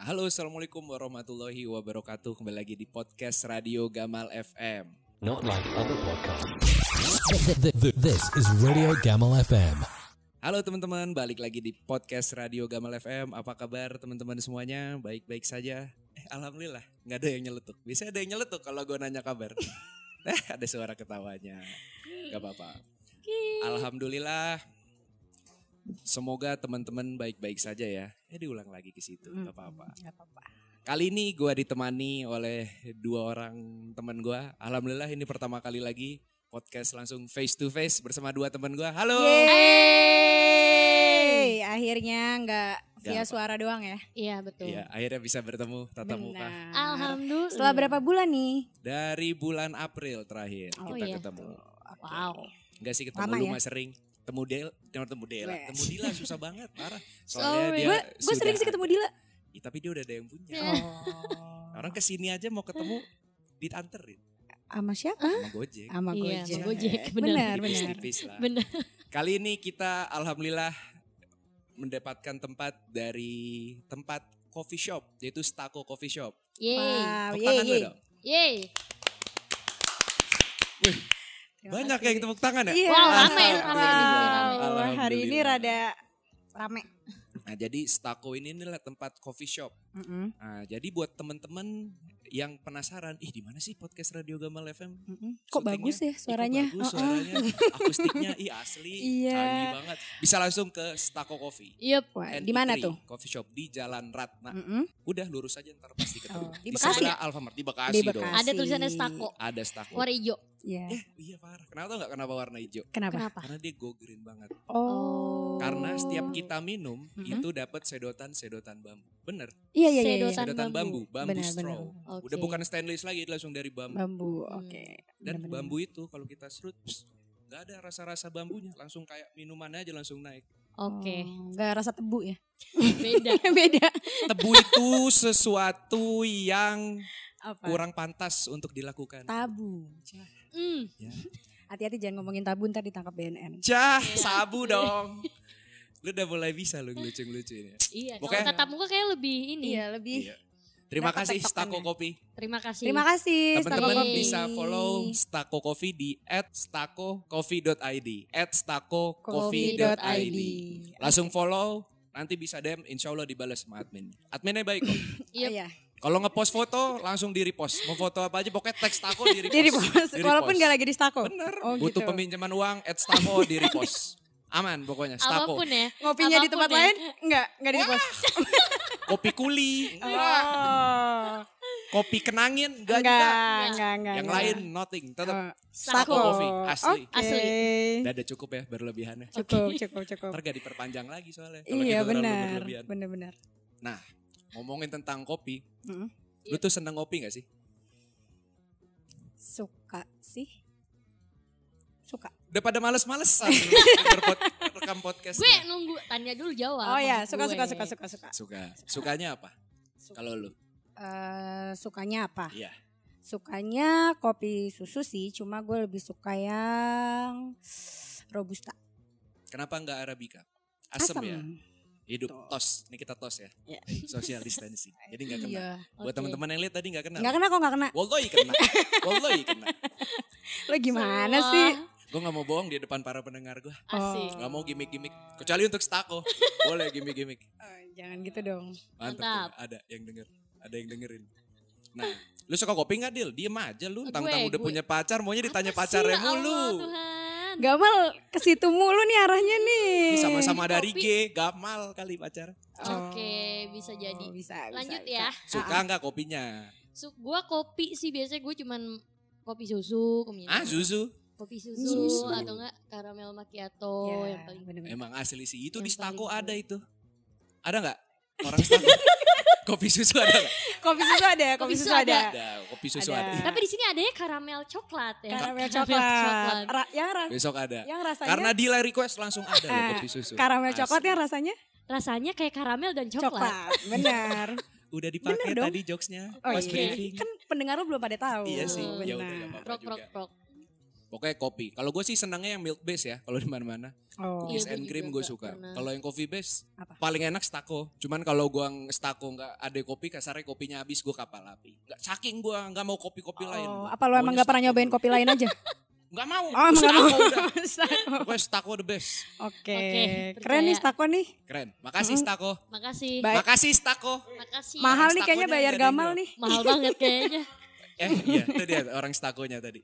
Halo, assalamualaikum warahmatullahi wabarakatuh. Kembali lagi di podcast Radio Gamal FM. Not like other podcasts. This is Radio Gamal FM. Halo teman-teman, balik lagi di podcast Radio Gamal FM. Apa kabar teman-teman semuanya? Baik-baik saja? Alhamdulillah, nggak ada yang nyeletuk. Biasanya ada yang nyeletuk kalau gue nanya kabar. Ada suara ketawanya. Gak apa-apa. Alhamdulillah. Semoga teman-teman baik-baik saja ya. Diulang lagi ke situ, gak apa-apa. Kali ini gue ditemani oleh dua orang teman gue. Alhamdulillah ini pertama kali lagi podcast langsung face to face bersama dua teman gue. Halo. Yeay, akhirnya nggak via suara doang ya? Iya betul. Iya, akhirnya bisa bertemu tatap muka. Alhamdulillah. Setelah berapa bulan nih? Dari bulan April terakhir kita iya. ketemu. Wow. Enggak sih ketemu Lama lu ya? mah sering. Temu Dela. Wes. Temu Dila susah banget, parah. Sorry. Gue sering sih ketemu Dila. Tapi dia udah ada yang punya. Oh. Orang kesini aja mau ketemu dianterin Sama siapa? sama Gojek. Sama Iya, Gojek. sama Gojek, Benar. Tipis-tipis lah. Benar. Kali ini kita alhamdulillah mendapatkan tempat dari tempat coffee shop, yaitu Stako Coffee Shop. Yeay. Wow, Tepuk tangan lu yeay. dong. Yeay. Wih, Terima banyak kasih. yang tepuk tangan ya? Iya. Wow, rame, Alhamdulillah. rame. Wow, hari ini Alhamdulillah. rada rame. Nah, jadi Stako ini adalah tempat coffee shop. Mm-mm. Nah, jadi buat teman-teman yang penasaran, di mana sih podcast Radio Gamal FM? Mm-mm. Kok Syutingnya, bagus ya kok suaranya? bagus Oh, oh. suaranya, akustiknya, asli, Iya. canggih banget. Bisa langsung ke Stako Coffee. Yup. Wah, and di mana Eatery tuh? Coffee shop di Jalan Ratna. Mm-mm. Udah lurus aja ntar pasti ketemu. Oh, di di Bekasi sebelah Alfamart di Bekasi, Di dong. Bekasi. Ada tulisannya Stako. Ada Stako. Warna hijau. Iya. Iya parah. Kenapa tau gak kenapa warna hijau? Kenapa? Kenapa? Karena dia go green banget. Oh. Karena setiap kita minum itu dapat sedotan bambu. Bener. Iya. Sedotan Sedotan bambu Benar, straw. benar. Udah Oke. bukan stainless lagi, langsung dari bambu. Bambu. Oke. Dan Benar-benar. bambu itu kalau kita serut, nggak ada rasa-rasa bambunya, langsung kayak minumannya aja langsung naik. Oke. Nggak rasa tebu ya? Beda. Beda. Tebu itu sesuatu yang Apa? kurang pantas untuk dilakukan. Tabu. Ya. Hati-hati jangan ngomongin tabu ntar ditangkap BNN. Sabu dong. Lu udah mulai bisa lu ngelucu-ngelucuin ya. Iya. Pokoknya- Kalau tatap muka kayak lebih ini. Iya lebih. Iya. Terima Dapat kasih tektokannya. Stako Kopi. Terima kasih. Terima kasih. Teman-teman Stako Kopi. bisa follow Stako Coffee di @stakocoffee.id. @stakocoffee.id. Langsung follow, nanti bisa DM, insya Allah dibalas sama admin. Adminnya baik kok. Yup. Iya. Kalau ngepost foto langsung di repost. Mau foto apa aja pokoknya tag Stako di repost. Di repost. Walaupun gak lagi di Stako. Bener. Oh, Butuh gitu. peminjaman uang @Stako di repost. Aman pokoknya Stako. Apapun ya. Ngopinya di Apapun tempat ya. lain enggak di repost. Kopi kuli. Oh. Kopi kenangin. Enggak juga. Enggak. Yang lain nothing. Tetap Oh. Stako Coffee. Asli. Oke. Asli. Udah ada cukup ya berlebihannya. Cukup. Ntar gak diperpanjang lagi soalnya. Kalau Iya kita terlalu benar. berlebihan. Benar. Nah, ngomongin tentang kopi. Mm-mm. Lu tuh seneng ngopi gak sih? Suka sih. Suka. Udah pada males-malesan denger rekam podcast. Gue nunggu tanya dulu jawab. Oh ya, maksud suka. Suka. Sukanya apa? Kalau lu? Sukanya apa? Iya. Sukanya kopi susu sih, cuma gue lebih suka yang robusta. Kenapa nggak Arabica? Asem ya? Hidup Tuh. tos. Ini kita tos ya. Iya. Social distancing. Jadi nggak kena. Iya. Buat Oke. teman-teman yang lihat tadi nggak kena. Nggak kena kok nggak kena. Wallahi kena. Wallahi kena. Lo gimana Semua. sih? Gue nggak mau bohong di depan para pendengar gue. Asik. Nggak mau gimmick-gimmick. Kecuali untuk Stako. Boleh gimmick-gimmick. Oh, jangan gitu dong. Mantap. Mantap. Tuh. Ada yang denger. Ada yang dengerin. Nah, lu suka kopi nggak, Dil? Diem aja lu. Tang-tang udah gue. punya pacar, maunya ditanya Apa pacarnya sih, ya Allah, mulu. Tuhan. Gamal ke situ mulu nih arahnya nih. Ini sama-sama dari Kopi. G, Gamal kali pacar. Oke, bisa jadi. Oh, bisa. Lanjut bisa. ya. Suka nggak kopinya? Gua kopi sih biasanya gue cuman kopi susu, Susu. kopi susu, Susu. atau enggak karamel macchiato Ya, yang paling bener-bener. Emang asli sih. Itu Yang di Stako paling ada itu. Ada nggak? Orang Stako. Kopi susu ada nggak? Kopi susu ada, kopi susu ada. Ada. Kopi susu Ada. ada. Tapi di sini adanya karamel coklat ya. Karamel coklat. coklat. Besok ada. Yang rasanya Karena Dila request langsung ada loh Ah, kopi susu. karamel Asli. coklat yang rasanya Rasanya kayak karamel dan coklat. coklat. Benar. Udah dipakai Bener dong. tadi jokesnya Oh pas iya. briefing. Kan pendengar lu belum pada tahu. Iya sih, ya udah Benar. nggak apa-apa Prok juga. prok prok. Pokoknya kopi. Kalau gue sih senangnya yang milk base ya. Kalau di mana-mana. Oh. Cookies Iya, and gue cream juga gue nggak suka. pernah. Kalau yang coffee base Apa? paling enak stako. Cuman kalau gue stako nggak ada kopi, kasarnya kopinya habis gue kapal api. Nggak, saking gue nggak mau kopi-kopi lain. Oh, gua. apa lo emang Maunya gak pernah stako nyobain dulu. kopi lain aja? Nggak mau. Oh, emang gak Stako mau. udah. Stako. Pokoknya stako the best. Oke, Oke, keren nih percaya. Stako nih. Keren. Makasih stako. Makasih. Baik. Makasih stako. Makasih. Mahal nih Stakonya kayaknya bayar nggak ada yang gamal jawab. nih. Mahal banget kayaknya. Iya itu dia orang stakonya tadi.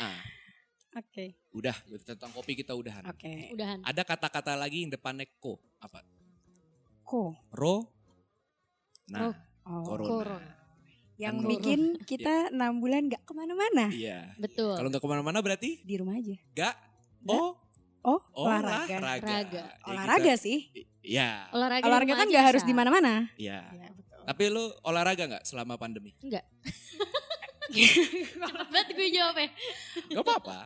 Oke, Udah tentang kopi kita udahan. oke. Udahan. Ada kata-kata lagi yang depannya ko. Apa? Ko. Ro. Nah, Oh. corona. Corona. Yang Kan bikin kita 6 bulan gak kemana-mana. Iya. Betul. Kalau nggak kemana-mana berarti Di rumah aja. gak Oh, olahraga. Olahraga. Ya, Olahraga kita- sih. Iya. Olahraga, Olahraga di kan rumah gak aja harus bisa. di mana-mana. Iya. Iya, betul. Tapi lu olahraga nggak selama pandemi? Enggak. Cepet banget gue jawabnya. Gak apa-apa.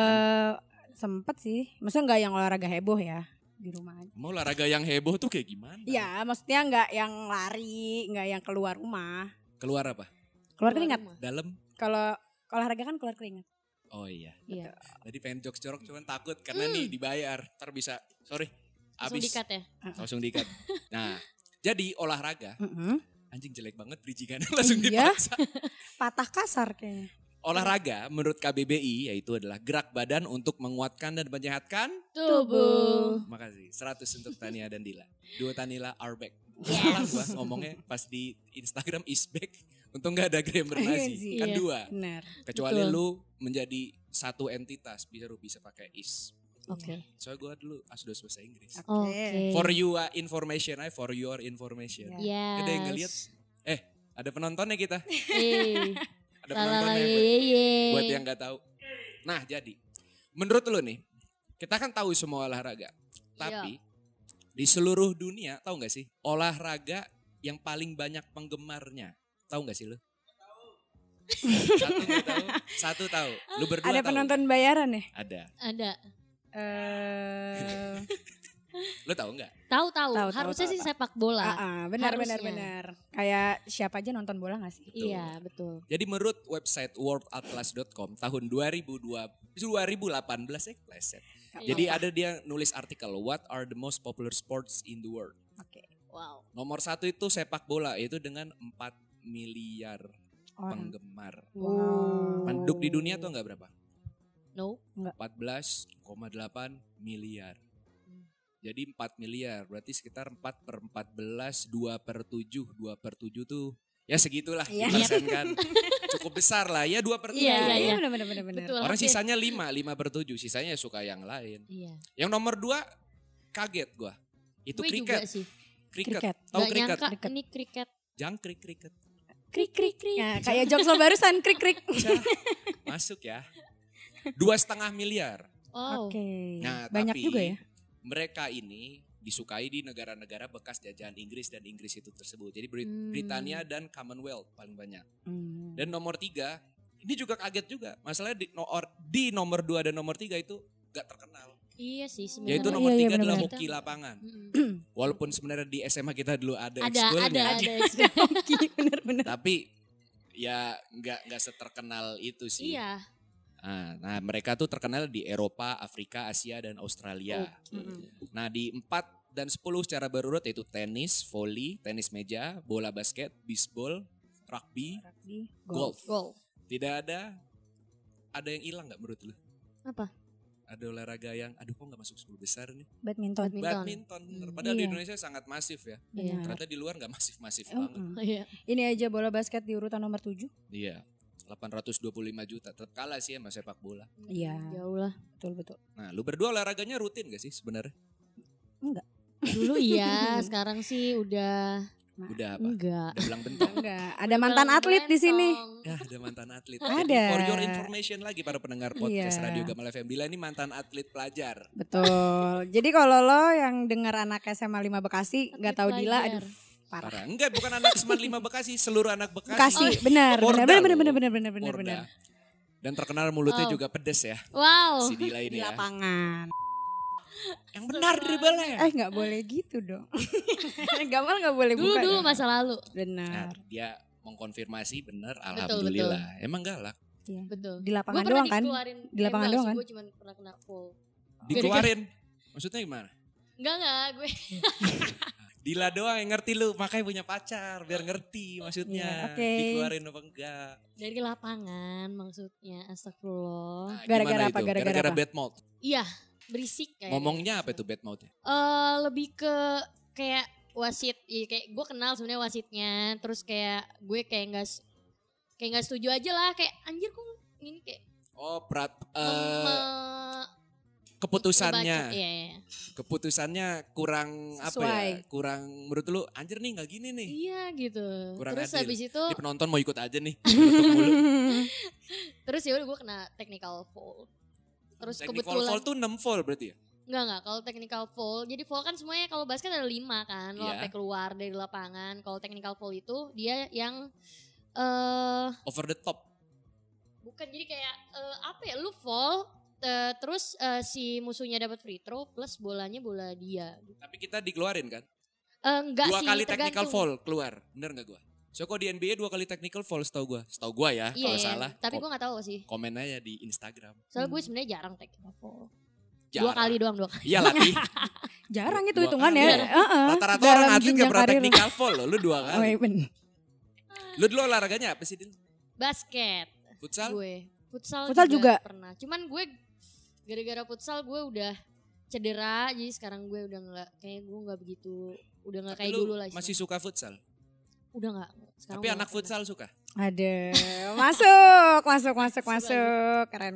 Sempet sih. Maksudnya gak yang olahraga heboh ya. Di rumah aja. Mau olahraga yang heboh tuh kayak gimana? Ya, maksudnya gak yang lari, gak yang keluar rumah. Keluar apa? Keluar keringat. rumah. Dalam? Kalau olahraga kan keluar keringat. Oh iya. Iya. Tadi pengen jokes jorok cuman takut karena nih dibayar. Ntar bisa, sorry. Langsung Habis. dikat ya. Langsung dikat. Nah, jadi olahraga. Mm-mm. Anjing jelek banget bridgingannya langsung Iya. dipaksa. Patah kasar kayaknya. Olahraga menurut KBBI yaitu adalah gerak badan untuk menguatkan dan menyehatkan. Tubuh. Makasih. 100 untuk Tania dan Dila. Dua Tanila are back. Salah gua ngomongnya pas di Instagram is back. Untung gak ada grammar Iya Nazi. sih. Kan Iya. dua. Benar. Kecuali Betul. lu menjadi satu entitas. Bisa pakai is. Oke. Soalnya gue dulu asdos bahasa Inggris. Oke. For you information, for your information. Ya. Yes. Ada yang ngeliat? Ada penontonnya kita. Ada Salah penontonnya lagi. buat yang nggak tahu. Nah jadi, menurut lu nih, kita kan tahu semua olahraga. Tapi di seluruh dunia, tahu nggak sih olahraga yang paling banyak penggemarnya? Tahu nggak sih lu? Satu nggak tahu, satu tahu. Lu berdua Ada tahu? penonton bayaran ya? Ada. Ada. Lu tahu nggak? Tahu. Tahu, Harusnya tahu, sih tahu. sepak bola. Benar Harusnya. benar. Kayak siapa aja nonton bola gak sih? Iya, betul. Jadi menurut website worldatlas.com tahun 2018 pleset. Jadi ada dia nulis artikel What are the most popular sports in the world. Oke. Wow. Nomor 1 itu sepak bola yaitu dengan 4 miliar Orang. penggemar. Wow. Penduduk di dunia tuh enggak berapa? No. 14,8 miliar. Jadi 4 miliar berarti sekitar 4 per 14, 2 per 7. 2 per 7 tuh ya segitulah Iya. dipersenkan. Cukup besar lah ya 2 per 7. Iya, Iya, iya. benar. Betul. Orang hampir. sisanya 5 per 7. Sisanya suka yang lain. Iya. Yang nomor 2 kaget gua. Itu Gue kriket. juga sih. Kriket. Tahu Gak kriket? nyangka ini kriket. Jangkrik kriket. Krik krik krik. Ya, kayak jokes lo barusan krik. Cah, masuk ya. 2,5 miliar. Wow. Oke. Nah, Banyak tapi juga ya. mereka ini disukai di negara-negara bekas jajahan Inggris dan Inggris itu tersebut. Jadi Britania dan Commonwealth paling banyak. Hmm. Dan nomor 3, ini juga kaget juga. Masalahnya di nomor 2 dan nomor 3 itu gak terkenal. Iya sih sebenarnya. Yaitu nomor 3 Iya, adalah benar-benar. hoki lapangan. Mm-mm. Walaupun sebenarnya di SMA kita dulu ada Ada ekskulnya. Bener-bener. Tapi ya nggak seterkenal itu sih. Iya. Nah mereka tuh terkenal di Eropa, Afrika, Asia, dan Australia. Oke. Nah di 4 dan 10 secara berurut yaitu tenis, volley, tenis meja, bola basket, bisbol, rugby, golf. Golf. Tidak ada yang hilang nggak menurut lu? Apa? Ada olahraga yang aduh kok nggak masuk 10 besar nih? Badminton. Badminton. Bener. Padahal di Iya. Indonesia sangat masif ya. Iya. Ternyata di luar nggak masif-masif banget. Iya. Ini aja bola basket di urutan nomor 7. Iya. 825 juta. Tetap kalah sih sama sepak bola. Iya. Jauh lah. Betul. Nah, lu berdua olahraganya rutin gak sih sebenarnya? Dulu iya, sekarang sih udah Udah apa? enggak. Udah belang bentong. Enggak, ada mantan atlet di sini. Ya, ada mantan atlet. Ada. Jadi, for your information lagi para pendengar podcast Iya. Radio Gamal FM. Dila ini mantan atlet pelajar. Betul. Jadi kalau lo yang dengar anak SMA 5 Bekasi nggak tahu Dila, aduh parah. Parah. Enggak, bukan anak Seman 5 Bekasi, seluruh anak Bekasi. Bekasi, benar, Porda benar. Porda. Dan terkenal mulutnya juga pedes ya. Wow. Si Dila Di ini ya. lapangan. Yang benar dribblenya. Nggak boleh gitu dong. Gamal nggak boleh buka. Dulu dong. masa lalu. Nah, Benar. dia mengkonfirmasi benar, Betul, alhamdulillah. Emang galak. Iya. Betul. Di lapangan Gua pernah doang kan? dikeluarin. Di lapangan enggak doang sih, kan? Gue cuma pernah kena full. Dikeluarin. Maksudnya gimana? Enggak gue. Dila doang yang ngerti lu, makanya punya pacar biar ngerti maksudnya. Iya, oke. Dikeluarin apa enggak? Dari lapangan maksudnya, astagfirullah. Nah, Gara-gara gimana apa? itu? Gara-gara Gara-gara apa? bad mouth. Iya, berisik kayak. Ngomongnya apa itu bad mouth-nya? Lebih ke kayak wasit, ya, kayak gue kenal sebenarnya wasitnya, terus kayak gue kayak nggak setuju aja lah, kayak anjir kok ini kayak Oh, ngebaca, keputusannya. iya. Keputusannya kurang apa Sesuai. ya? Kurang menurut lu anjir nih nggak gini nih. Iya gitu. Kurang Terus adil. habis itu, Ini penonton mau ikut aja nih. Nutup mulu. terus ya udah gue kena technical foul. Terus Technical kebetulan foul tuh 6 foul berarti ya? enggak kalau technical foul. Jadi foul kan semuanya kalau basket ada 5 kan, lo Iya. sampai keluar dari lapangan. Kalau technical foul itu dia yang Over the top. bukan, jadi kayak apa ya, lu foul terus si musuhnya dapat free throw plus bolanya bola dia. Tapi kita dikeluarin kan? Enggak 2 sih, kali technical tergantung. foul keluar. Bener gak gua? So kok di NBA 2 kali technical foul setahu gua. Setahu gua ya, Iya, kalau iya. salah. Tapi gue gak tahu sih. Komen aja di Instagram. Soalnya gue sebenarnya jarang technical foul. Jarang. 2 kali doang, 2 kali. Iya latih. Jarang itu 2 hitungan kali. ya. Rata-rata Dalam orang atlet jenjang gak pernah karir. technical foul loh. Lu 2 Oh kali. iya bener. Lu dulu olahraganya apa sih, Din? Basket. Futsal? Gue. Futsal Futsal juga? pernah. Cuman gue gara-gara futsal gue udah cedera, jadi sekarang gue udah nggak, kayak gue nggak begitu, udah nggak Tapi kayak lu dulu lah. masih suka futsal? Udah nggak. Sekarang Tapi udah anak nggak pernah. futsal suka? Ada. Masuk. Keren.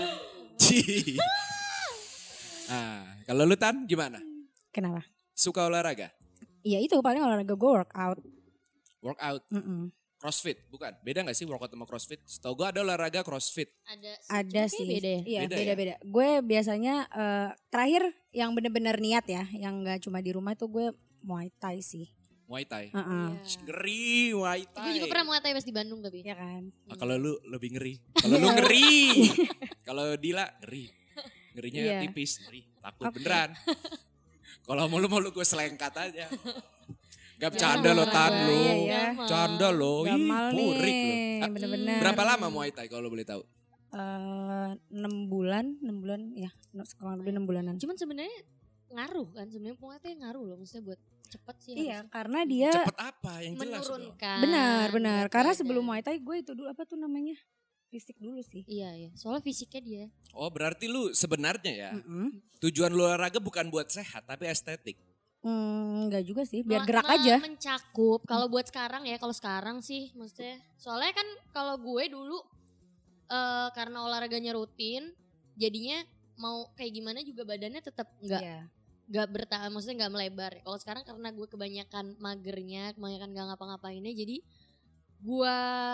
Kalau lu Tan gimana? Kenapa? Suka olahraga? Iya itu paling olahraga gue workout. Workout? Mm-mm. Crossfit? Bukan? Beda gak sih workout sama crossfit? Setahu gue ada olahraga crossfit. Ada Cuma sih. kayak beda ya. Iya Beda ya? beda-beda. Gue biasanya terakhir yang bener-bener niat ya, yang nggak cuma di rumah tuh gue Muay Thai sih. Muay Thai. Heeh. Iya. Ngeri Muay Thai. Gue juga pernah Muay Thai pas di Bandung tapi. Ya kan. Kalau lu lebih ngeri. Kalau lu ngeri. Kalau Dila ngeri. Ngerinya Iya. tipis, ngeri. Takut beneran. Kalau mau lu gue selengkat aja. Gak bercanda lo Tan lu. Iya, iya. Canda lo. Ih, Gamal burik lo. nih, bener-bener. Berapa lama Muay Thai kalau boleh tahu? 6 bulan ya, kurang lebih 6 bulanan. Cuman sebenarnya ngaruh kan, sebenarnya Muay Thai ngaruh loh, maksudnya buat cepet sih. Iya, harusnya. karena dia Cepet apa yang jelas dong? Menurunkan. benar. berat Karena badan. sebelum Muay Thai gue itu dulu apa tuh namanya? Fisik dulu sih. Iya. Soalnya fisiknya dia. Oh berarti lu sebenarnya ya Mm-mm. tujuan lu olahraga bukan buat sehat tapi estetik. Enggak juga sih, biar Me- gerak me- aja. Mencakup. Kalau buat sekarang ya, kalau sekarang sih maksudnya. Soalnya kan kalau gue dulu karena olahraganya rutin, jadinya mau kayak gimana juga badannya tetap Iya. nggak bertahan, maksudnya nggak melebar. Kalau sekarang karena gue kebanyakan magernya, kebanyakan gak ngapa-ngapainnya, jadi gue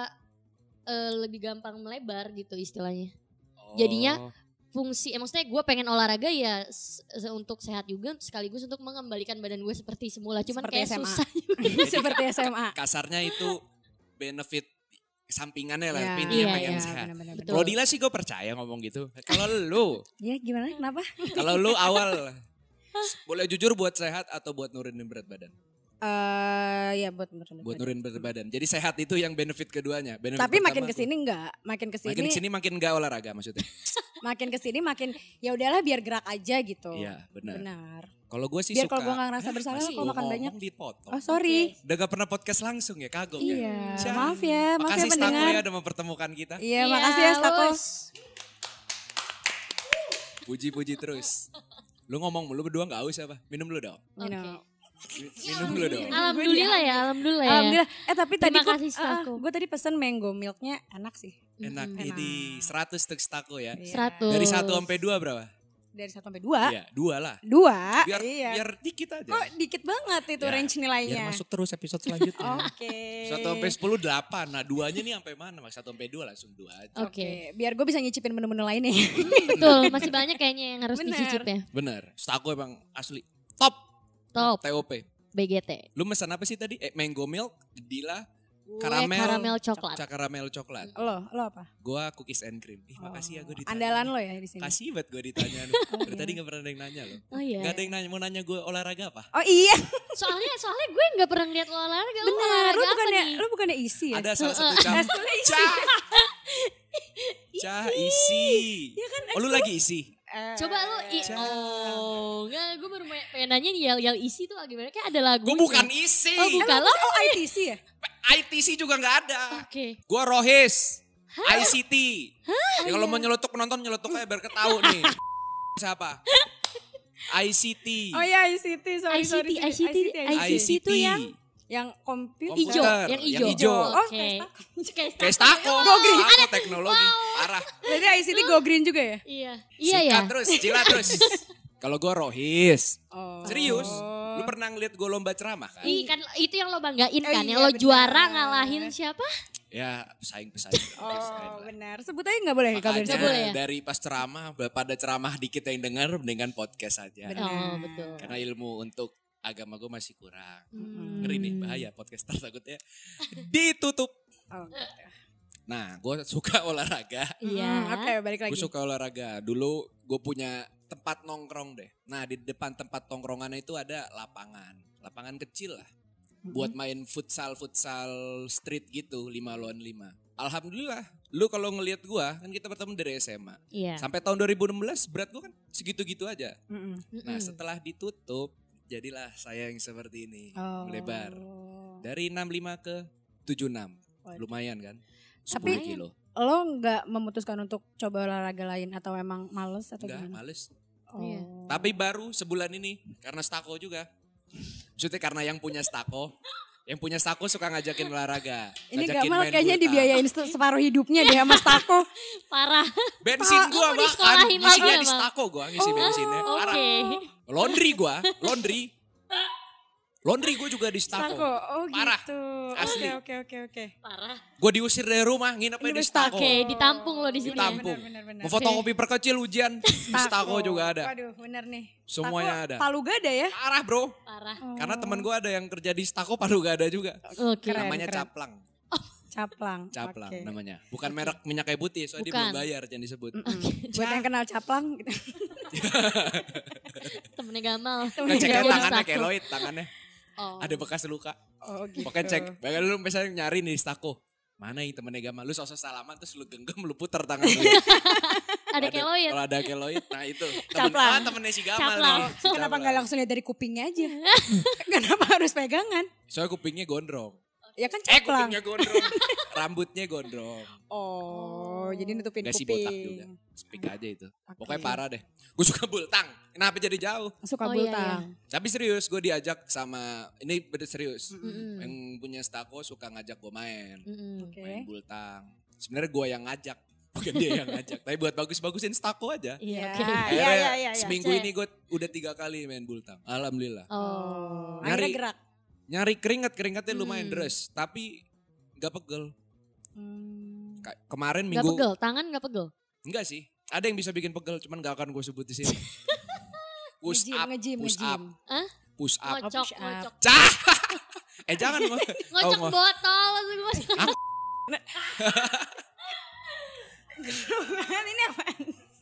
lebih gampang melebar gitu istilahnya. Jadinya fungsi, maksudnya gue pengen olahraga ya untuk sehat juga, sekaligus untuk mengembalikan badan gue seperti semula. Cuman Seperti kayak SMA. susah juga. Seperti SMA. Kasarnya itu benefit sampingannya lah, Ya, tapi intinya iya, pengen iya, sehat. benar-benar. Betul. Kalau Dila sih gue percaya ngomong gitu. Kalau lu, Ya gimana? Kenapa? kalau lu awal boleh jujur buat sehat atau buat nurunin berat badan? Ya buat menurut. Buat nurunin berat badan. Jadi sehat itu yang benefit keduanya. Benefit Tapi makin pertama kesini enggak, makin kesini, makin kesini makin gak olahraga maksudnya. makin kesini makin ya udahlah biar gerak aja gitu. Iya benar. Benar. Kalau gue sih Biar suka. kalau gue nggak ngerasa bersalah Masih kalau gua makan ngomong banyak. dipotong. Oh sorry. Udah gak pernah podcast langsung ya, kagok ya. Iya. Cia. Maaf ya Makasih Stako pendengar. ya udah mempertemukan kita. Iya, makasih ya Stako. Lus. Puji-puji terus. Lu ngomong lu berdua gak aus apa? Minum lu dong. Minum. Minum lu dong. Alhamdulillah ya, alhamdulillah ya. Alhamdulillah. Tapi tadi Terima kasih, Stako. gue tadi pesen mango milknya enak sih. Enak Enak. ini 100 stuk Stako ya. Iya. 100. Dari 1 sampai 2 berapa? Dari 1 sampai 2. Iya, 2 lah. 2. Biar Iya. biar dikit aja. Kok dikit banget itu Ya, range nilainya. Biar masuk terus episode selanjutnya. Oke. 1 sampai 10 8. Nah, 2-nya nih sampai mana? 1 sampai 2 langsung 2 aja. Oke. Biar gue bisa nyicipin menu-menu lainnya. Betul, masih banyak kayaknya yang harus Bener. dicicip ya. Bener. Stako emang asli top. Top, TOP. BGT. Lu pesan apa sih tadi? Mango milk, Dila, Gue Karamel. karamel coklat. caramel coklat. Lo apa? Gua cookies and cream. Ih, makasih ya gue ditanya. Andalan lo ya di sini. Kasih banget gue ditanya. Dari tadi gak pernah ada yang nanya loh. Oh iya. Gak ada yang nanya, mau nanya gue olahraga apa? Oh iya. Soalnya gue nggak pernah lihat lo olahraga. Lo Benar. olahraga Lu apa bukannya nih? lu bukannya isi ya? Ada salah satu cabang. Cah isi. Ya kan, Oh lu lagi isi? Coba lu enggak, gue baru pengen nanya nih yel isi tuh gimana? Kayak ada lagu. Gue bukan isi. Oh bukan lo? ITC ya? ITC juga nggak ada. Oke. Gue Rohis. ICT. Ya kalau mau nyelotok penonton nyelotok aja biar ketahu nih. Siapa? ICT. Oh ya ICT, sorry. ICT itu yang komputer. Ijo, yang ijo. Oh, Oke. Kayak Stako. Go Green. Stako teknologi. Parah. Berarti ICT Go Green juga ya? Iya Sikat ya. terus, cila terus. Kalau gue Rohis. Oh. Serius? Lu pernah ngeliat gue lomba ceramah kan? Kan itu yang lo banggain kan, iya, yang lo benar. juara ngalahin siapa? Ya pesaing-pesaing. Oh benar. Sebut aja gak boleh kabar. Makanya Nggak boleh ya? dari pas ceramah, pada ceramah dikit yang denger, mendingan podcast aja. Benar. Oh betul. Karena ilmu untuk agama gue masih kurang. Hmm. Ngeri nih, bahaya podcaster takutnya. Ditutup. Oh, gitu. Nah, gue suka olahraga. Iya. Oke, balik lagi. Gue suka olahraga. Dulu gue punya tempat nongkrong deh. Nah, di depan tempat nongkrongan itu ada lapangan. Lapangan kecil lah. Buat main futsal street gitu, 5-on-5. Alhamdulillah, lu kalau ngelihat gue, kan kita bertemu dari SMA. Iya. Sampai tahun 2016 berat gue kan segitu-gitu aja. Mm-mm. Nah, setelah ditutup, jadilah saya yang seperti ini, Oh. melebar. Dari 65 ke 76. Waduh. Lumayan kan? 10 Tapi- kilo. Lo nggak memutuskan untuk coba olahraga lain atau emang males atau Enggak, gimana? males. Oh. Iya. Tapi baru sebulan ini karena Stako juga. Maksudnya karena yang punya Stako suka ngajakin olahraga. Ini ngajakin Gamal main kayaknya bulta. dibiayain separuh hidupnya deh sama Stako. Parah. Bensin Pak, gua lu bahkan disekolahin lagi ngisinya ya, di Mal? Stako gua ngisi bensinnya. Parah. Oke. Laundry gua juga di Stako. Stako, oh Parah. gitu. Asli. Oke. Parah. Gua diusir dari rumah nginepnya di Di Stako. Oke, ditampung lo di sini. ya? Ditampung. Benar. Mau fotokopi perkecil ujian di Stako juga ada. Waduh, bener nih. Semuanya Stako, ada. Palu Gada ya? Parah bro. Parah. Karena temen gua ada yang kerja di Stako Palu gak ada juga. Oke. Keren. Namanya Caplang. Caplang. Oke. Namanya. Bukan merek minyak kayu putih, soalnya dia Bukan. belum bayar jangan disebut. Buat yang kenal Caplang. Gitu. Temennya Gamal. Ngeceknya Gamal tangannya Stako. keloid tangannya. Oh. Ada bekas luka. Oh gitu. Pokoknya cek. Bahkan lu misalnya nyari nih Stako. Mana yang temennya Gamal. Lu sosok salaman terus lu genggam lu puter tangan lu. Ada keloid. Kalau ada keloid, nah itu. Caplang. Temennya si Gamal Caplang. nih. Si Kenapa Caplang. nggak langsung lihat dari kupingnya aja? Kenapa harus pegangan? Soalnya kupingnya gondrong. Ya kan Caplang. Kupingnya gondrong. Rambutnya gondrong. Oh, jadi nutupin Gak sih kuping. botak juga. Speak aja itu. Oke. Pokoknya parah deh. Gue suka bultang. Kenapa jadi jauh? Suka Oh, iya, bultang. Tapi serius gue diajak sama, ini bener serius. Mm-mm. Yang punya Stako suka ngajak gue main. Mm-mm. Oke. Main bultang. Sebenarnya gue yang ngajak. Bukan dia yang ngajak. Tapi buat bagus-bagusin Stako aja. Iya, Ya, oke. Akhirnya iya. seminggu Cek. ini gue udah 3 kali main bultang. Alhamdulillah. Oh. Akhirnya Nyari- gerak. Nyari keringatnya lumayan deres. Tapi gak pegel. Kemarin Gak minggu. pegel, tangan gak pegel. Enggak sih. Ada yang bisa bikin pegel. Cuman gak akan gue sebut di sini. Push up. Nge-gym. Push up. Hah? Push up. Ngocok, push up. ngocok. Cah. Jangan. Ngocok botol langsung gue. Ini apaan?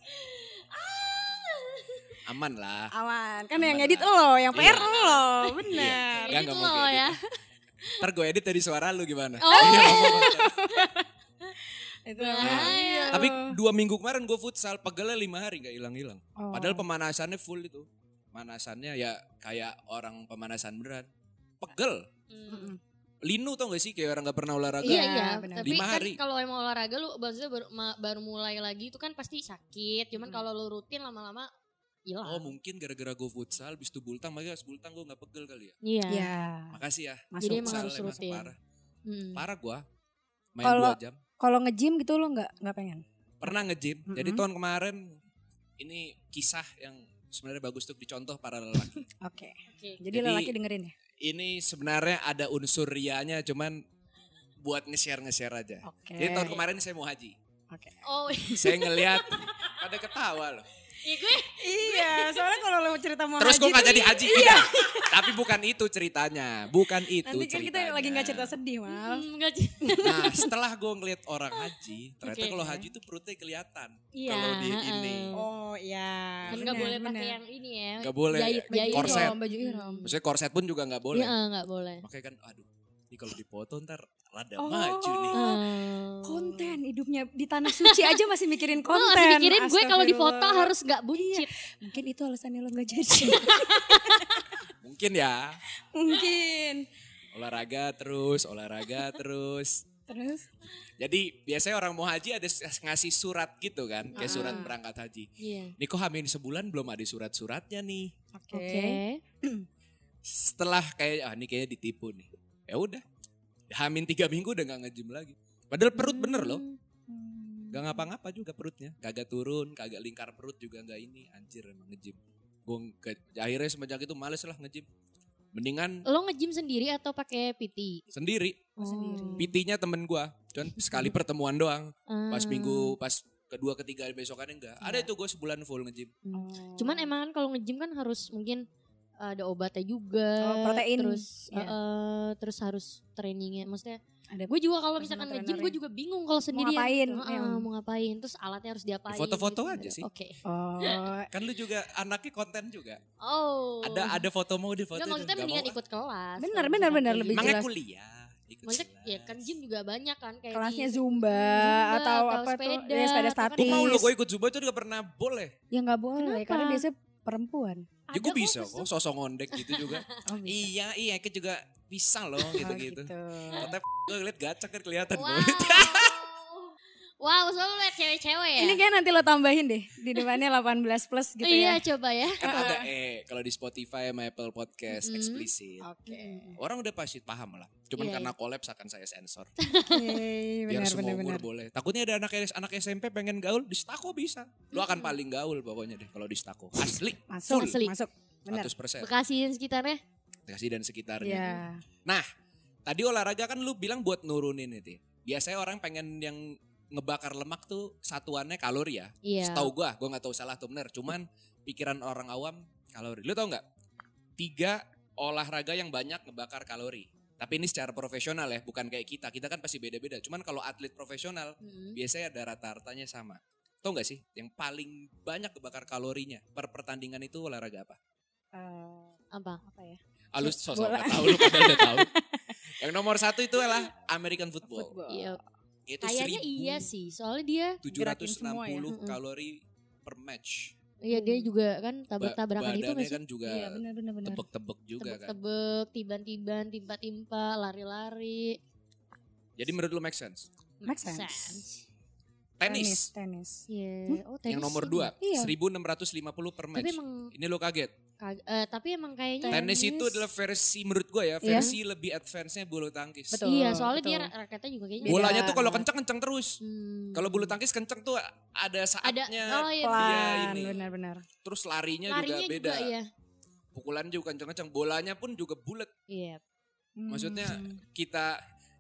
Aman lah. Aman. Kan yang Aman edit lah. lo, yang PR Iya. lo. Bener. Enggak, Itu mau loh gue edit. ya. Ntar gue edit dari suara lu gimana. Oh. Iya, ngomong. Itu Bahaya. Tapi 2 minggu kemarin gue futsal. Pegelnya 5 hari gak hilang-hilang. Oh. Padahal pemanasannya full itu. Pemanasannya ya kayak orang pemanasan beneran. Pegel. Mm. Linu tau gak sih kayak orang gak pernah olahraga. Iya, Iya, iya. benar. Tapi 5 kan hari. kalau emang olahraga lu maksudnya baru mulai lagi itu kan pasti sakit. Cuman kalau lu rutin lama-lama hilang. Oh mungkin gara-gara gue futsal, bis itu bultang, makanya pas bultang gue gak pegel kali ya. Iya. Ya, Makasih ya. masuk. Jadi emang Futsal harus emang rutin. parah. Hmm. Parah gue. Main Kalau- 2 jam. Kalau nge-gym gitu lo nggak pengen? Pernah nge-gym. Jadi tahun kemarin ini kisah yang sebenarnya bagus untuk dicontoh para lelaki. Oke. Oke. Jadi Jadi- lelaki dengerin ya? Ini sebenarnya ada unsur rianya cuman buat nge-share aja. Oke. Jadi tahun kemarin saya mau haji. Oke. Oh, Saya ngelihat pada ketawa loh. iya gue Iya, soalnya kalau lo cerita mau Terus gue haji gak tuh jadi haji. Iya. Tapi bukan itu ceritanya. Bukan itu nanti kan kita ceritanya. lagi nggak cerita sedih, Mal. enggak. Nah setelah gue ngeliat orang haji. Ternyata Oke. kalau haji itu perutnya kelihatan. Iya, Kalau di heeh. ini. Oh iya. Kan nggak boleh pakai yang ini ya. Gak boleh. Jahit, jahit. Korset. Baju ihram. Maksudnya korset pun juga gak boleh. Iya, nggak boleh. Makanya kan aduh. Ini kalau dipoto ntar rada Oh. maju nih. Konten hidupnya di tanah suci aja masih mikirin Gue konten. masih mikirin gue kalau di foto Astagfirullah. harus gak buncit. Mungkin itu alasannya lo gak jadi. Mungkin ya. Mungkin. Olahraga terus. Terus? Jadi biasanya orang mau haji ada ngasih surat gitu kan. Kayak surat Ah. berangkat haji. Iya. Nih kok hamil sebulan belum ada surat-suratnya nih. Oke. Setelah kayak ini kayaknya ditipu nih. Ya udah. Hamil 3 minggu udah gak nge-gym lagi. Padahal perut bener loh. Gak ngapa-ngapa juga perutnya. Kagak turun, kagak lingkar perut juga gak ini. Anjir emang nge-gym. Akhirnya semenjak itu males lah nge-gym. Mendingan Lo nge-gym sendiri atau pakai PT? sendiri. Sendiri. PT-nya temen gua. Cuman sekali pertemuan doang. Pas Ah. minggu, pas kedua, ketiga besokannya enggak. Ada itu gue sebulan full nge-gym. Cuman emang kan kalau nge-gym kan harus mungkin ada obatnya juga. Oh, protein. Terus Iya. terus harus trainingnya. Maksudnya Ada gue juga kalau personal misalkan nge-gym trainer-nya. gue juga bingung kalau sendirian. ngapain, Heeh, iya. mau ngapain. Terus alatnya harus diapain. Foto-foto gitu. aja sih. Oke. Oh, Kan lu juga anaknya konten juga. Oh. Ada foto mau di foto. Enggak, maksudnya mendingan ikut kelas. Bener, kalau bener, misalkan bener, kayak lebih gitu. Makanya jelas. kuliah. Ikut Maksudnya kelas. ya kan gym juga banyak kan kayak kelasnya di- Zumba, atau apa tuh, sepeda, ya, sepeda atau kan statis. Gue mau lo, gue ikut Zumba itu juga pernah boleh. Ya gak boleh, Kenapa? karena biasanya perempuan. Ya ada gue kok bisa pas kok, sosok ngondek gitu juga. Oh, bisa. Iya, kan juga bisa loh gitu-gitu. Oh, gitu. Katanya gue ngeliat gacak kan kelihatan. Wow. gue. Wow, selalu lihat cewek-cewek ya. Ini kayak nanti lo tambahin deh, di depannya 18 plus gitu iya, ya. coba ya. Kan ada kalau di Spotify sama Apple Podcast Mm-mm. eksplisit. Oke. Orang udah pasti paham lah. Cuman Iya, karena collabs akan saya sensor. Oke, Biar benar, semua benar, umur benar. boleh. Takutnya ada anak SMP pengen gaul di Stako bisa. Lu akan paling gaul pokoknya deh kalau di Stako. Asli. Masuk, Asli. masuk. Benar. 100%. Bekasi dan sekitarnya. Bekasi dan sekitarnya. Iya. Nah, tadi olahraga kan lu bilang buat nurunin itu. Biasanya orang pengen yang ngebakar lemak tuh satuannya kalori ya. Iya. Setahu gua nggak tahu salah atau benar. Cuman pikiran orang awam kalori. Lu tahu nggak? 3 olahraga yang banyak ngebakar kalori. Tapi ini secara profesional ya, bukan kayak kita. Kita kan pasti beda-beda. Cuman kalau atlet profesional biasanya ada rata-ratanya sama. Tahu nggak sih? Yang paling banyak ngebakar kalorinya per pertandingan itu olahraga apa? Apa? Apa ya? Alus sosok Bola. nggak tahu, lu pada udah tahu. Yang nomor 1 itu adalah American football. Iya. Itu Kayaknya iya sih. Soalnya dia 760 semua ya. kalori per match. iya dia juga kan tabrak-tabrakan itu Badannya nggak sih? kan juga Iya, benar. tebek-tebek juga kan. Tebek-tebek, tiban-tiban, timpa-timpa, lari-lari. Jadi menurut lu make sense? Make sense. Tenis. Tenis. Iya. Oh, tenis. Yang nomor sih. 2, Iya. 1650 per Tapi match. emang Ini lo kaget. tapi emang kayaknya Tenis itu Tenis. adalah versi menurut gue ya, Iya. versi lebih advance-nya bulu tangkis. Betul. iya, soalnya dia betul. raketnya juga kayaknya Beda. Bolanya tuh kalau banget. kenceng terus. Kalau bulu tangkis kenceng tuh ada saatnya. oh iya. Pelan, ini. benar-benar. Terus larinya Larinya juga beda. juga iya. Pukulan juga kenceng-kenceng. Bolanya pun juga bulat. Iya. Maksudnya kita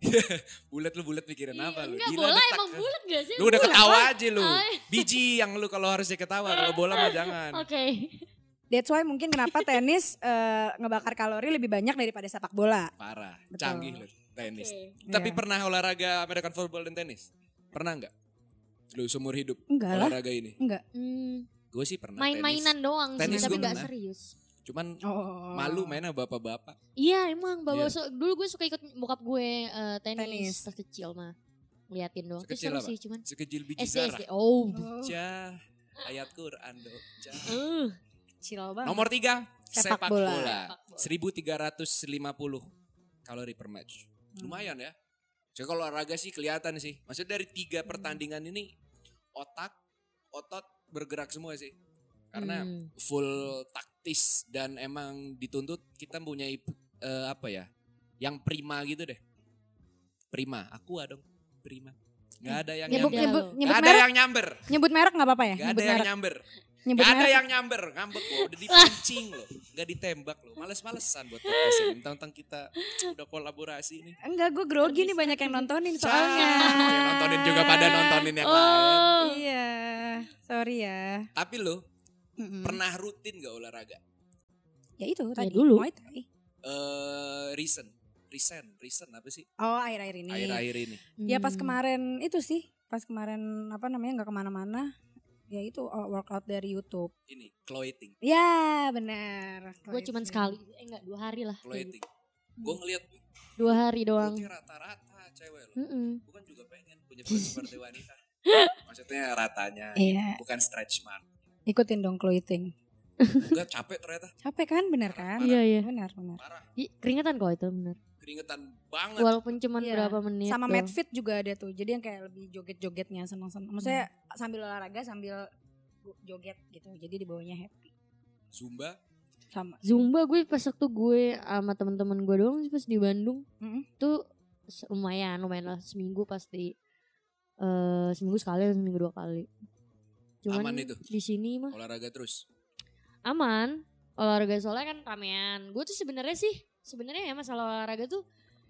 bulat mikirin apa lu? Enggak, Gila, bola detak. emang bulat gak sih? Lu udah ketawa aja lu. Oh, Biji yang lu kalau harusnya ketawa, kalau bola mah jangan. Oke. That's why mungkin kenapa tenis ngebakar kalori lebih banyak daripada sepak bola. Parah, Betul. canggih lu tenis. Oke. Tapi Iya. pernah olahraga American football dan tenis? Pernah nggak? Lu seumur hidup Enggak lah. olahraga ini? Enggak. Gue sih pernah Main-mainan doang Tenis sih, tapi gua gak pernah. serius. Cuman Oh. malu mainnya bapak-bapak. Iya emang bawa Iya. dulu gue suka ikut bokap gue Tenis. tenis pas kecil mah. Ngeliatin doang. Itu Sekecil seru apa? sih cuman. Sekecil biji SD zarah. SD. Oh. Jah, ayat Quran do. Jah. Chill banget. Nomor 3, Sepak sepak bola. bola. 1350 kalori per match. Lumayan ya. Jadi kalau olahraga sih kelihatan sih. Maksudnya dari 3 pertandingan ini otot bergerak semua sih. Karena full taktis dan emang dituntut kita punya apa ya? Yang prima gitu deh. Prima, aku dong. Prima. Nggak ada yang Nyebut, nyamber. nyebut, Nggak nyebut ada merek, yang nyamber. nyebut merek nggak apa-apa ya? Nggak Nyebut ada yang merek. nyamber. Nyebut Gak ada merek. yang nyamber, ngambek loh, udah dipancing loh, gak ditembak loh, males-malesan buat podcast ini. Tentang kita udah kolaborasi nih. Enggak, gue grogi nih banyak yang nontonin soalnya. Yang nontonin juga pada nontonin yang lain. Oh. Iya, sorry ya. Tapi lo Mm-mm. pernah rutin gak olahraga? Ya itu tadi. dulu. Muay Thai. Recent apa sih? Oh akhir-akhir ini. Akhir-akhir ini. Ya pas kemarin itu sih, pas kemarin apa namanya nggak kemana-mana. Ya itu workout dari YouTube. Ini, clothing. Ya benar. Gue cuman sekali, enggak 2 hari lah. Clothing. Gue ngeliat 2 hari doang. Berarti rata-rata cewek lo. Mm-mm. Bukan juga pengen punya perut seperti wanita. Maksudnya ratanya, Iya. bukan stretch mark. Ikutin dong clothing. Enggak capek ternyata, Capek kan, bener kan? Iya, iya. Benar. parah. Keringetan kok itu bener. Keringetan banget. Walaupun cuman Iya. berapa menit. Sama doang. medfit juga ada tuh. Jadi yang kayak lebih joget-jogetnya senang-senang. Maksudnya sambil olahraga sambil joget gitu. Jadi di bawahnya happy. Zumba, Sama. Zumba gue pas waktu gue sama teman-teman gue doang sih pas di Bandung. Mm-mm. Tuh lumayan lah seminggu pasti. Seminggu sekali atau seminggu 2 kali. Cuman Aman itu? di sini mah olahraga terus. aman. Olahraga soalnya kan ramean. Gue tuh sebenarnya ya masalah olahraga tuh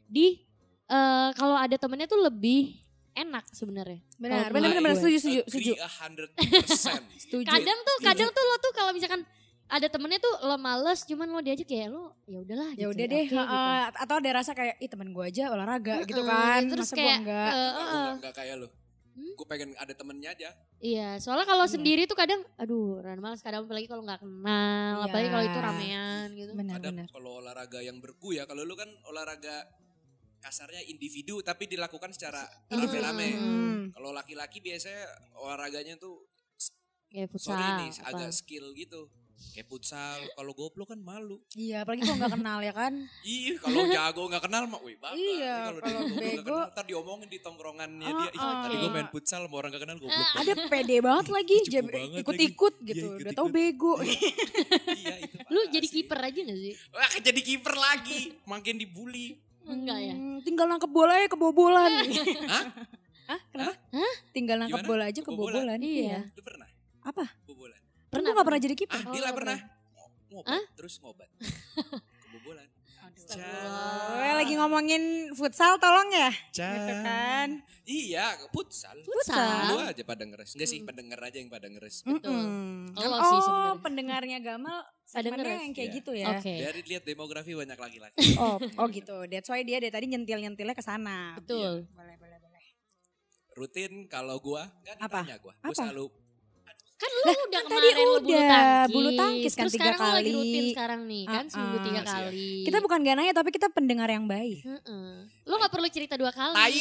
kalau ada temennya tuh lebih enak sebenarnya. Benar, Kalau menurut benar, gue. setuju. Agree 100%. Setuju. Kadang tuh lo tuh kalau misalkan ada temennya tuh lo males, cuman lo diajak kayak lo ya udahlah. Ya gitu, udah deh, oke, gitu. atau ada rasa kayak ih temen gue aja olahraga gitu Heeh, kan. terus Masa kayak gue enggak. Aku enggak kayak lo. Gue pengen ada temennya aja. Iya, soalnya kalau sendiri tuh kadang aduh Ran males kadang apalagi kalau nggak kenal, Iya. apalagi kalau itu ramean gitu. Benar. Kadang kalau olahraga yang bergu ya, kalau lu kan olahraga kasarnya individu tapi dilakukan secara rame-rame. Kalau laki-laki biasanya olahraganya tuh Kayak futsal. sorry nih apa. agak skill gitu. Kayak futsal, kalau goblok kan malu. Iya, apalagi kalau nggak kenal ya kan. Ih, kalau jago nggak kenal mah, wih bangga. Iya, Kalau kalau jago nggak bego. kenal, ntar diomongin di tongkrongannya dia. Ih, Oh, tadi oke. gue main futsal sama orang gak kenal goblok. Ada pede banget lagi, Cupu banget ikut-ikut lagi. gitu. Iya, Udah tahu bego. Iya itu. Lu parah jadi sih. kiper aja gak sih? Wah, jadi kiper lagi, makin dibully. Enggak ya. Tinggal nangkep bola ya kebobolan. Hah? Hah? Kenapa? Tinggal nangkep Gimana? bola aja Kebobolan? kebobolan. Iya. Lu pernah? Apa? Kebobolan. Kan gue gak pernah jadi kiper. Ah, Dila Oh, pernah. Hah? Ngobat, terus ngobat. Kebobolan. Gue lagi ngomongin futsal tolong ya. Gitu kan. Iya, futsal. Futsal. Lu aja pada ngeres. Enggak sih, pendengar aja yang pada ngeres. Betul. Mm-mm. Lo Oh, sih sebenarnya. pendengarnya Gamal Pada segmennya ngeres. yang kayak Iya. gitu ya. Oke. Dari lihat demografi banyak laki-laki. Oh gitu. That's why dia dari tadi nyentil-nyentilnya ke sana. Betul. Boleh. Rutin kalau gua enggak Apa? ditanya gua. Gua Apa? selalu Kan lu udah kan tadi kemarin lu udah, bulu tangkis kan Terus 3 sekarang lu lagi kali. rutin sekarang nih kan seminggu 3 Masih ya? kali. Kita bukan gak nanya tapi kita pendengar yang baik. Heeh. Lu gak perlu cerita 2 kali. tai.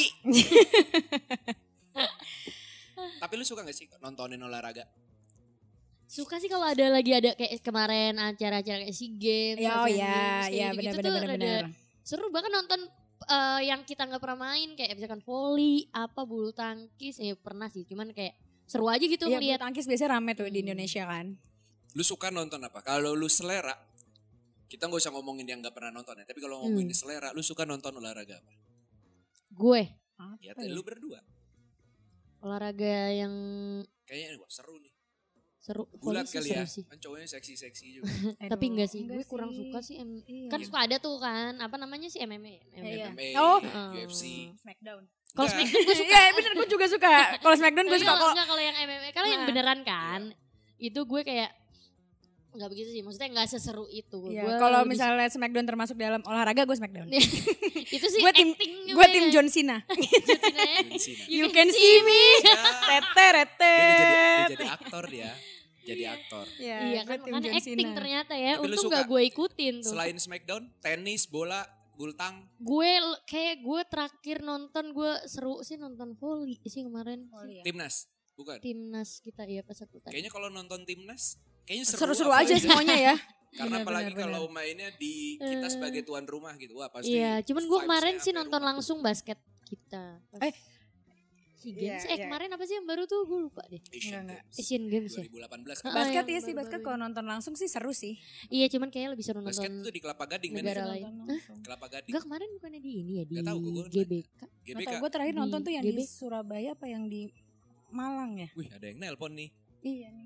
Tapi lu suka gak sih nontonin olahraga? Suka sih kalau ada kayak kemarin acara-acara kayak SEA Games, Ya, oh Asian ya, Games, kayak ya gitu-gitu tuh benar. rada seru bahkan nonton yang kita nggak pernah main kayak misalkan volley, bulu tangkis, pernah sih, cuman kayak seru aja gitu Iya, bulu ngeliat. tangkis biasanya rame tuh di Indonesia kan. Lu suka nonton apa? Kalau lu selera, kita gak usah ngomongin yang gak pernah nonton ya. Tapi kalau ngomongin selera, lu suka nonton olahraga apa? Gue Ya, Apa lu berdua. olahraga yang Kayaknya wah seru nih. seru, Bulat volley sih kali ya. seru sih. Kan cowoknya seksi-seksi juga. Tapi enggak sih, gue kurang suka sih. Iya. Kan suka ada tuh kan, apa namanya sih MMA. Iya. MMA, Oh. UFC. Smackdown. Kalau Enggak. Smackdown gue suka. Iya bener gue juga suka. Kalau Smackdown gue Tapi suka kok. kalau yang MMA, kalau yang Nah. beneran kan, itu gue kayak nggak begitu sih. Maksudnya nggak seseru itu. Iya, Gue kalau lebih- Smackdown termasuk dalam olahraga gue Smackdown. itu sih Gue tim actingnya gue tim John Cena. John Cena. You can see me. Tete rete. Dia jadi aktor dia. Jadi aktor. Iya kan, makanya acting ternyata ya. Tapi lu Untung suka? gak gue ikutin tuh. Selain Smackdown, tenis, bola, bultang. Gue terakhir nonton gue seru sih nonton volley sih kemarin. Timnas, bukan? Timnas kita ya pas aku tadi. Kayaknya kalau nonton timnas, kayaknya Seru-seru apa aja semuanya ya. Karena Benar, apalagi benar, kalau mainnya di kita sebagai tuan rumah gitu, wah pasti. Iya, cuman gue kemarin vibes-nya sih sampai nonton rumah. langsung basket kita. Pas SEA Games. Iya, iya. Kemarin apa sih yang baru tuh gue lupa deh. Asian Enggak. Games Asian Games ya. 2018 Ah, Basket yang iya sih, baru-baru basket ini. kalau nonton langsung sih seru sih. Iya, cuman kayaknya lebih seru Basket nonton itu di Kelapa Gading negara men. lain. Kelapa Gading. Enggak, kemarin bukannya di ini ya, di Nggak tahu, gue GBK. GBK. Atau gue terakhir Di nonton tuh yang di GB. Surabaya apa yang di Malang ya? Wih, ada yang nelpon nih. Iya nih.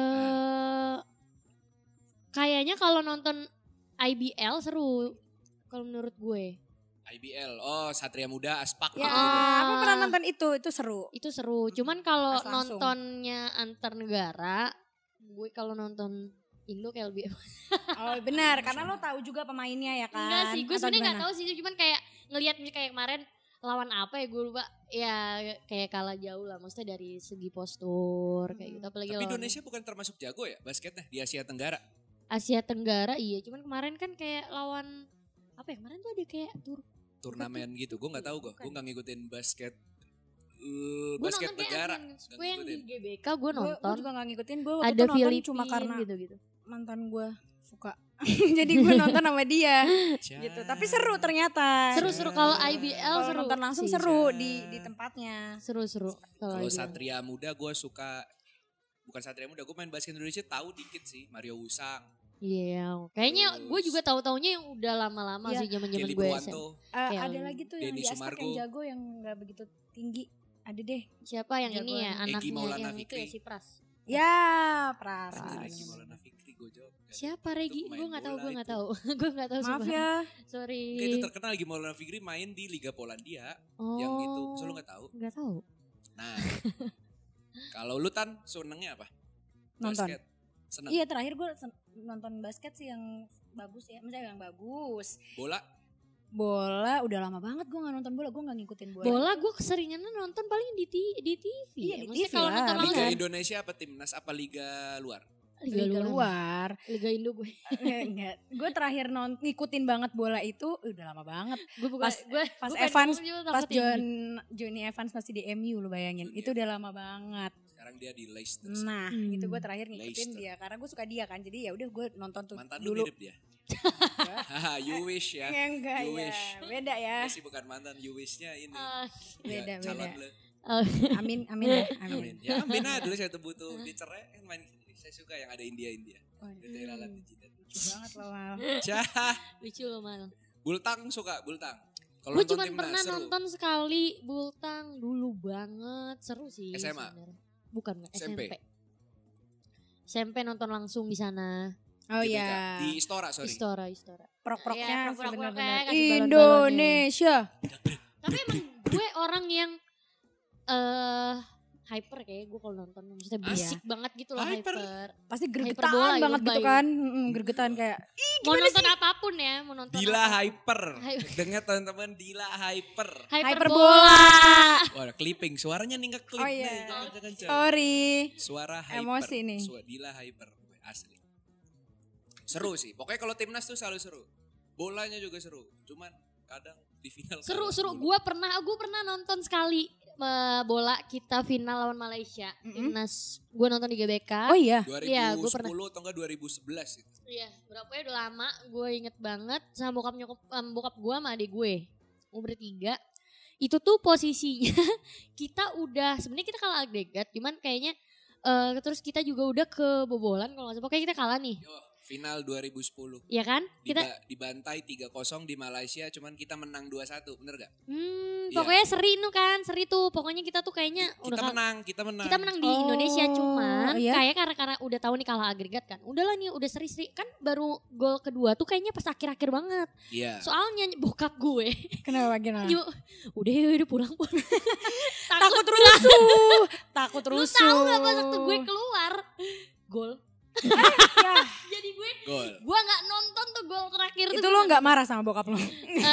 Kayaknya kalau nonton IBL seru kalau menurut gue. IBL. Oh, Satria Muda, Aspak Ya, gitu. aku pernah nonton itu seru. Itu seru. Cuman kalau Pas langsung. nontonnya antar negara, gue kalau nonton Indo kayak lebih Oh benar, karena lo tahu juga pemainnya ya kan? enggak sih, gue Atau sebenarnya nggak gimana? tahu sih, cuman kayak ngelihat kayak kemarin lawan apa ya gue lupa, ya kayak kalah jauh lah, maksudnya dari segi postur kayak gitu, apalagi Tapi lawan Indonesia bukan termasuk jago ya basketnya di Asia Tenggara. Asia Tenggara iya, cuman kemarin kan kayak lawan apa ya kemarin tuh ada kayak turnamen gitu. Gue nggak tahu gue nggak ngikutin basket. Gue Basket nonton kayak negara. gue yang di GBK gue Gue nonton. juga gak ngikutin, gue waktu Ada itu nonton Filipin cuma karena gitu-gitu. mantan gue suka. Jadi gue nonton sama dia gitu. Tapi seru ternyata. Seru-seru kalau IBL Kalau seru. nonton langsung sih. seru di tempatnya. Seru-seru Kalau IBL. Satria Muda gue suka, bukan Satria Muda, gue main basket Indonesia tahu dikit sih. Mario Usang, Iya, kayaknya gue juga tahu-taunya yang udah lama-lama Iya. sih zaman-zaman Kelly gue SM. Purwanto, Ada lagi tuh yang Denny di aspek Sumargo. yang jago yang gak begitu tinggi. Ada deh. Siapa yang ini ya Jagoan. Egy anaknya Maulana yang itu Fikri. ya si Pras. Ya, Pras. Anjir, Egy Maulana Fikri gue jawab. Siapa Regi? pemain Gue nggak tahu, bola gue nggak itu. tahu. Gue nggak tahu. Maaf sumpah. ya. Sorry. Kayak itu terkenal Egy Maulana Fikri main di Liga Polandia. Oh. Yang itu, so lu gak tahu? Nggak tahu. Nah, kalau lu Tan, senengnya apa? Nonton. Basket. Seneng. Iya, terakhir gue nonton basket sih yang bagus ya. Maksudnya yang bagus. Bola udah lama banget gue gak nonton bola. Gue gak ngikutin bola. Bola gue keseringannya nonton paling di TV. Iya, ya. di Maksudnya TV kalau lah. nonton Liga langsung. Indonesia apa timnas apa liga luar? Liga luar. Liga Indo gue. Enggak. Gue terakhir ngikutin banget bola itu udah lama banget. Gue bukan. Pas- gue Pas bukan Evans, ngomong juga pas takut tinggi. Johnny Evans masih di MU lu bayangin. Johnny Itu udah lama banget. Sekarang dia di Leicester. Nah, Hmm. itu gue terakhir ngikutin Leicester. dia karena gue suka dia kan. Jadi ya udah gue nonton tuh Mantan lu dulu. mirip dia. Haha, you wish ya. Enggak You ya. wish. Beda ya. Dia sih bukan mantan, you wishnya ini. Ah, Ya, beda, calon beda. lu. Amin amin ya. Amin. Amin. Ya amin aja dulu saya butuh dicerai kan main. Saya suka yang ada India. Waduh, Itu lalat di jidat. lucu banget loh Mal. Cah. lucu loh mal. Bultang suka Bultang. Kalau Gue nonton cuma timnas pernah seru. nonton sekali Bultang dulu banget. Seru sih. SMA? sebenarnya. Bukan SMP. SMP nonton langsung di sana. Oh GBK. iya. Di Istora, sorry. Istora. Prok-proknya Iya, prok-proknya, benar-benar kasih balon-balonnya. Indonesia. Tapi emang gue orang yang hyper kayak gue kalau nonton maksudnya berisik banget gitu loh Hyper? hyper. Pasti Hyperbola gergetan banget lebay. gitu kan. Gergetan kayak Mau nonton apapun ya, mau nonton Dila apapun. Hyper. Hyper. Dengar teman-teman Dila Hyper. hyperbola. Wah, clipping. Suaranya nih nge-clip Oh iya. nih. Jangan kencang. Sorry. Suara Hyper. Emosi nih. Dila Hyper. Asli. Seru sih. Pokoknya kalau timnas tuh selalu seru. Bolanya juga seru. Cuman kadang di final Seru. kalah. Gue pernah nonton sekali bola kita final lawan Malaysia. Timnas. Gue nonton di GBK. Oh iya. 2010 Iya, gua pernah. atau enggak 2011 itu. Iya, berapa ya udah lama. Gue inget banget sama bokap gue sama adik gue. Umur 3. Itu tuh posisinya kita udah sebenarnya kita kalah agregat, cuman kayaknya terus kita juga udah kebobolan kalau nggak salah. Pokoknya kita kalah nih. Yo, final 2010. Ya kan? Kita Dibantai 3-0 di Malaysia, cuman kita menang 2-1, bener gak? Iya. pokoknya seri tuh. Pokoknya kita tuh kayaknya Kita menang. kita menang di Oh, Indonesia, cuman iya? kayak karena udah tahu nih kalah agregat kan. Udahlah nih udah seri kan baru gol kedua tuh kayaknya pas akhir-akhir banget. Iya. Soalnya bokap gue Kenapa gimana? udah pulang. Takut rusuh. Takut Lu rusuh. tahu gak pas waktu gue keluar gol. Ya, Jadi Gol. gue nggak nonton tuh gol terakhir itu lo nggak marah sama bokap lo?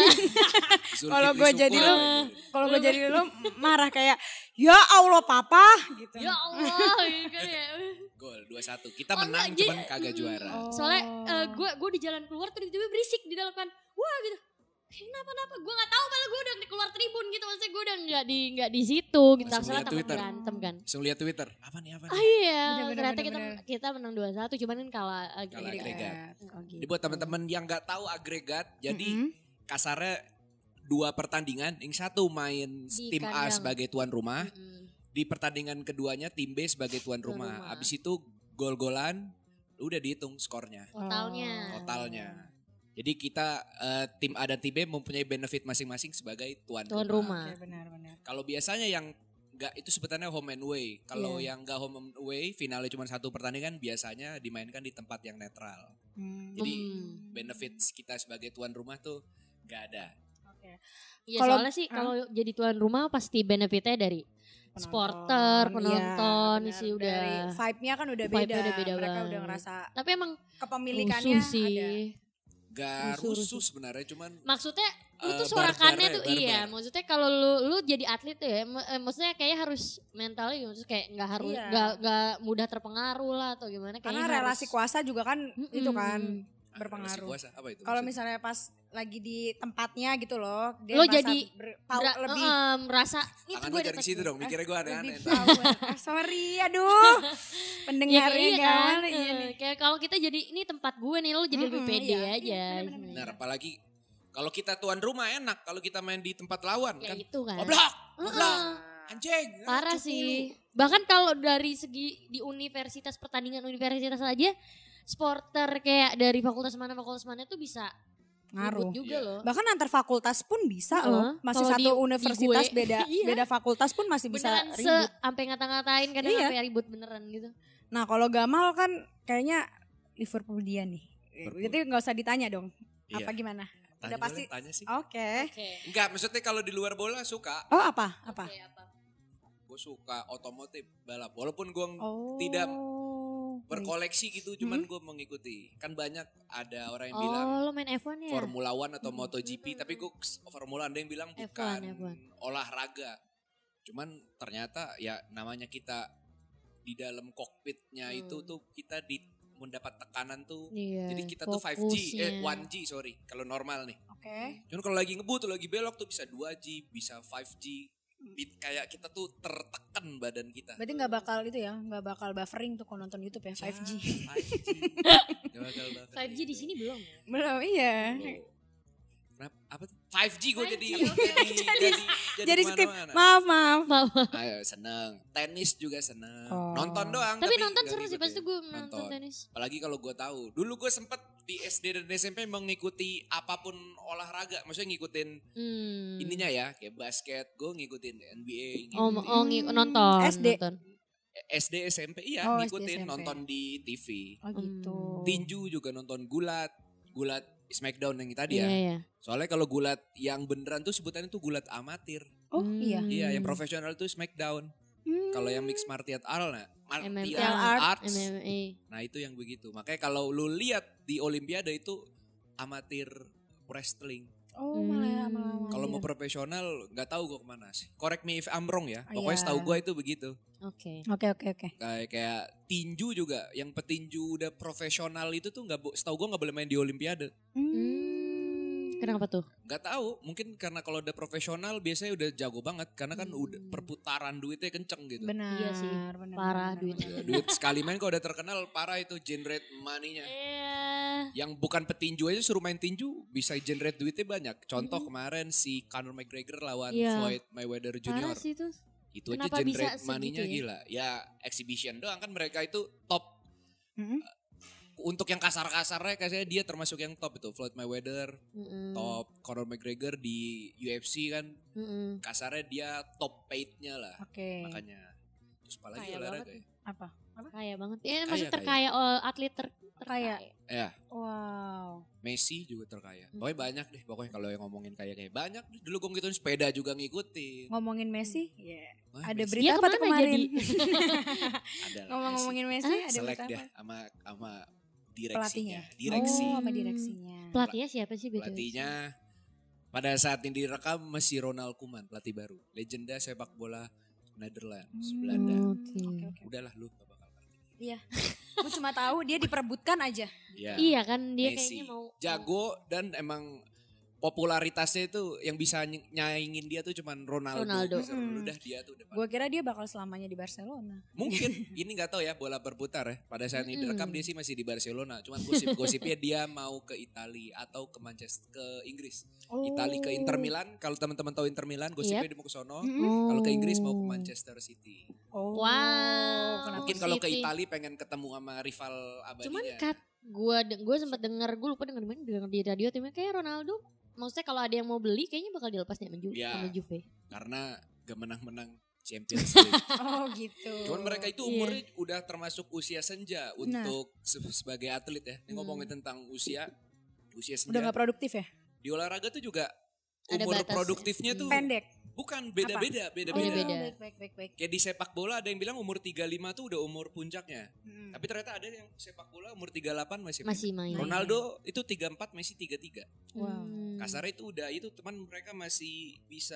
Kalau gue jadi lo, kalau gue jadi lo marah kayak ya Allah papa gitu. Ya Allah gitu kan ya. Gol 2-1. Kita Oh, menang enggak, cuman kagak juara. Oh. Soalnya gue di jalan keluar tuh tiba-tiba berisik di dalam kan. Wah gitu. Kenapa? Gue nggak tahu malah gue udah keluar tribun gitu. Maksudnya gue udah nggak di situ gitu. Langsung Soalnya lihat takut Twitter. berantem kan. Langsung lihat Twitter. Apa nih? Ah iya, Bener, ternyata bener. kita menang 2-1 cuman kan kalah Kalah agregat. agregat. Oh, gitu. Jadi buat teman-teman yang nggak tahu agregat, jadi Mm-mm. kasarnya 2 pertandingan, yang satu main Di tim A kandang. sebagai tuan rumah, Mm-mm. di pertandingan keduanya tim B sebagai tuan Tuan rumah. rumah. Abis itu gol-golan, udah dihitung skornya, Totalnya. totalnya. Jadi kita tim A dan tim B mempunyai benefit masing-masing sebagai tuan Tuan rumah. rumah. Oke, benar-benar. Kalau biasanya yang nggak itu sebutannya home and away. Kalau Iya. yang nggak home and away, finalnya cuma 1 pertandingan biasanya dimainkan di tempat yang netral. Hmm. Jadi Hmm. benefits kita sebagai tuan rumah tuh nggak ada. Oke. Iya Kalau- soalnya sih kalau jadi tuan rumah pasti benefitnya dari supporter, penonton Iya, sih benar. udah. Dari vibe-nya kan udah Vibe-nya beda. udah beda Mereka banget. udah ngerasa Tapi emang kepemilikannya rusuh sih. ada. Gak Rusuh. rusuh sebenarnya, cuman Maksudnya lu tuh barbar sorakannya ya, tuh barbar. iya. Maksudnya kalau lu jadi atlet tuh ya, maksudnya kayak harus mentalnya gitu. Maksudnya kayak nggak Iya. mudah terpengaruh lah atau gimana. Karena Kayaknya relasi harus, kuasa juga kan itu kan berpengaruh. Relasi kuasa apa itu? Kalau maksudnya? misalnya pas lagi di tempatnya gitu loh, dia Lo merasa jadi lebih merasa ini Tangan tuh lu gue jangan ke situ dong, mikirnya gue aneh-aneh. lebih power. Sorry, aduh. Pendengar iya kan. kan? Kayak kalau kita jadi ini tempat gue nih, lo jadi lebih pede iya. aja. Iya, bener-bener. Benar, apalagi kalau kita tuan rumah enak, kalau kita main di tempat lawan Ya kan. itu kan. Goblok, anjing. Parah cupu sih. lu. Bahkan kalau dari segi di universitas, pertandingan universitas aja, supporter kayak dari fakultas mana tuh bisa Ngaruh. ribut juga Iya. loh. Bahkan antar fakultas pun bisa Heeh. loh. Masih Kalau satu di universitas gue, beda iya. beda fakultas pun masih bisa Beneran ribut. sampai ngata-ngatain kadang Iya. sampai ribut beneran gitu. Nah, kalau Gamal kan kayaknya Liverpool dia nih. Liverpool. Jadi nggak usah ditanya dong. Iya. Apa gimana? Tanya Udah pasti. boleh, tanya sih. Oke. Oke. Enggak, maksudnya kalau di luar bola suka. Oh, apa? Apa? Oke, apa? Gue suka otomotif balap. Walaupun gue Oh. tidak berkoleksi gitu, cuman gue mengikuti. Kan banyak ada orang yang bilang Oh, lo main F1 ya? Formula One atau MotoGP, tapi gue Formula ada yang bilang bukan F1. olahraga. Cuman ternyata ya namanya kita di dalam kokpitnya itu tuh kita mendapat tekanan tuh. Iya, Jadi kita tuh 5G, fokusnya. 1G sorry, kalau normal nih. Oke. Cuman kalau lagi ngebut, lagi belok tuh bisa 2G, bisa 5G. Kayak kita tuh tertekan badan kita. Berarti nggak bakal itu ya, nggak bakal buffering tuh kalau nonton YouTube ya 5G. 5G. Gak bakal buffering. 5G di sini belum ya? Belum, iya. Belum. Kenapa? Apa tuh? 5G gue 5G, jadi Jadi skip. kemana-mana. Maaf. Ayo seneng. Tenis juga seneng. Oh. Nonton doang. Tapi nonton nggak seru sih, ngikutin. pasti gue nonton Nonton. tenis. Apalagi kalau gue tahu. Dulu gue sempet di SD dan SMP mengikuti apapun olahraga. Maksudnya ngikutin ininya ya. Kayak basket. Gue ngikutin NBA. Nonton. SD. Nonton. SD, SMP iya Oh, SD, ngikutin. SMP. Nonton di TV. Oh gitu. Tinju juga nonton gulat. Gulat Smackdown yang tadi ya. Iya, iya. Soalnya kalau gulat yang beneran tuh sebutannya tuh gulat amatir. Oh iya. Iya, yang profesional tuh Smackdown. Kalau yang mixed martial art, MMA, arts, MMA. nah itu yang begitu. Makanya kalau lu lihat di Olimpiade itu amatir wrestling. Oh malah. Kalau mau profesional nggak tahu gue kemana sih. Correct me if I'm wrong ya. Pokoknya Iya. setahu gue itu begitu. Oke. Oke. Kayak tinju juga, yang petinju udah profesional itu tuh nggak, setahu gue nggak boleh main di Olimpiade. Kenapa tuh? Nggak tahu, mungkin karena kalau udah profesional biasanya udah jago banget, karena kan udah perputaran duitnya kenceng gitu. Benar. Iya sih, benar, parah benar, duitnya. benar. Duit sekali main kalau udah terkenal parah itu generate money-nya. Iya. Yang bukan petinju aja suruh main tinju bisa generate duitnya banyak. Contoh kemarin si Conor McGregor lawan Iya. Floyd Mayweather Parah Jr. sih tuh. Itu Kenapa aja bisa generate money-nya segitu gila. Ya exhibition doang kan, mereka itu top. Mm-mm. Untuk yang kasar-kasarnya kayaknya dia termasuk yang top itu. Floyd Mayweather top, Conor McGregor di UFC kan kasarnya dia top paid-nya lah. Oke. Makanya terus apalagi Kaya olahraga banget. ya? Apa? Kaya banget. Ya Kaya, maksud kaya. terkaya atlet terkaya. Ya, Wow. Messi juga terkaya. Pokoknya banyak deh, pokoknya kalau yang ngomongin kaya-kaya banyak. Dulu gue ngikutin sepeda juga ngikutin. Ngomongin Messi, ya. Wah, Ada Messi. berita Dia apa tuh kemana kemarin? jadi? Ada lah, Ngomong-ngomongin Messi, Messi. ada Selek berita dia apa? sama Pelatihnya. direksinya. Direksi. Oh, sama direksinya. Pelatihnya siapa sih? BTW? Pelatihnya pada saat ini direkam masih Ronald Koeman, pelatih baru. Legenda sepak bola Netherlands, Belanda. Oke. Udahlah lu gak bakal ngerti. Iya. Gue cuma tahu dia diperebutkan aja. Ya, Iya kan dia Messi. kayaknya mau Jago dan emang popularitasnya itu yang bisa nyaingin dia tuh cuman Ronaldo. Udah dia tuh udah. Gue kira dia bakal selamanya di Barcelona. Mungkin ini nggak tahu ya, bola berputar ya. Pada saat ini direkam dia sih masih di Barcelona. Cuman gosip-gosipnya dia mau ke Italia atau ke Manchester, ke Inggris. Oh. Italia ke Inter Milan. Kalau teman-teman tahu Inter Milan, gosipnya dia mau ke sono. Oh. Kalau ke Inggris mau ke Manchester City. Oh. Wow. Kenapa? Mungkin kalau ke City. Italia pengen ketemu sama rival Cuman abadinya. gue sempat dengar, gue lupa denger di radio timnya kayak Ronaldo. Maksudnya kalau ada yang mau beli kayaknya bakal dilepas nih Ya. sama Juve. Karena gak menang-menang Champions League. Oh gitu. Cuman mereka itu umurnya udah termasuk usia senja untuk sebagai atlet ya. Ini ngomongin tentang usia senja. Udah gak produktif ya? Di olahraga tuh juga Ada umur batasnya. produktifnya tuh Pendek. bukan beda-beda. Beda-beda. Baik. Kayak di sepak bola ada yang bilang umur 35 tuh udah umur puncaknya. Tapi ternyata ada yang sepak bola umur 38 masih Main. Ronaldo itu 34, Messi 33. Wow. Kasarnya itu udah itu teman mereka masih bisa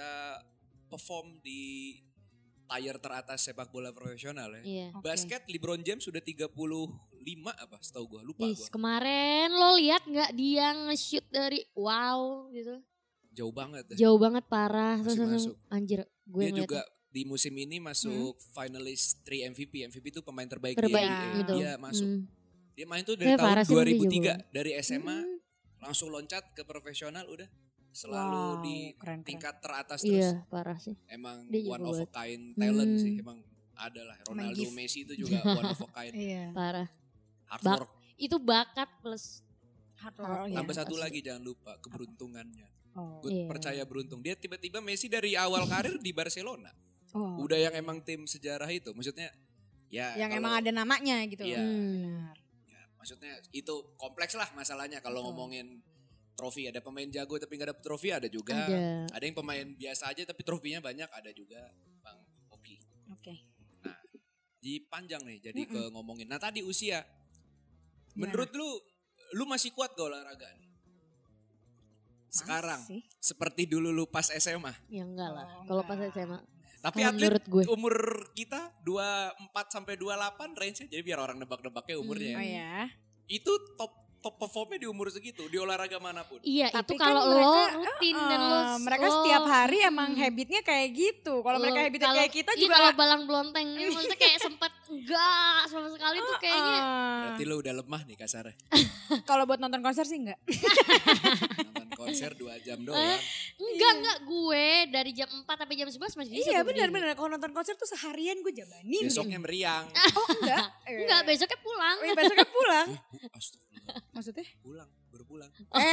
perform di tier teratas sepak bola profesional ya. Iya. Oke. Basket LeBron James sudah 35 apa setahu gue, lupa gue. Kemarin lo lihat nggak dia nge-shoot dari wow gitu. Jauh banget. Jauh banget parah. Masuk. Anjir gue dia ngeliat juga di musim ini masuk finalis 3 MVP. MVP itu pemain terbaik gitu. Dia masuk. Dia main tuh dari tahun 2003 dari SMA langsung loncat ke profesional udah. Selalu di tingkat teratas terus. Iya parah sih. Emang one of a kind talent sih. Emang adalah Ronaldo, Messi itu juga one of a kind. Parah. Hard work. Itu bakat plus hard work. Tambah satu lagi jangan lupa keberuntungannya. Gue percaya beruntung. Dia tiba-tiba Messi dari awal karir di Barcelona. Udah yang emang tim sejarah itu. Maksudnya ya yang emang ada namanya gitu. Iya. Ya, maksudnya itu kompleks lah masalahnya kalau ngomongin trofi. Ada pemain jago tapi gak dapet trofi ada juga. Ada yang pemain biasa aja tapi trofinya banyak ada juga. Bang Oki. Oke. Nah dipanjang nih jadi ke ngomongin. Nah tadi usia. Menurut lu masih kuat gak olahraga nih? Sekarang seperti dulu lu pas SMA? Ya enggak lah kalau pas SMA. Tapi atlet umur kita 24 sampai 28 range-nya jadi biar orang nebak-nebaknya umurnya. Itu top performnya di umur segitu, di olahraga manapun. Iya, tapi itu kalau kan lo rutin dan lo mereka setiap hari emang habitnya kayak gitu. Kalau mereka habitnya kayak kita juga kalau balang belonteng ini maksudnya kayak sempat enggak sama sekali tuh kayaknya. Berarti lo udah lemah nih kasarnya. Kalau buat nonton konser sih enggak. Nonton konser 2 jam doang. Enggak gue dari jam 4 sampai jam 11 masih bisa. Iya benar. Kalau nonton konser tuh seharian gue jabanin. Besoknya meriang. Enggak. Enggak, besoknya pulang. Besoknya pulang. Astagfirullah. Maksudnya? Baru pulang.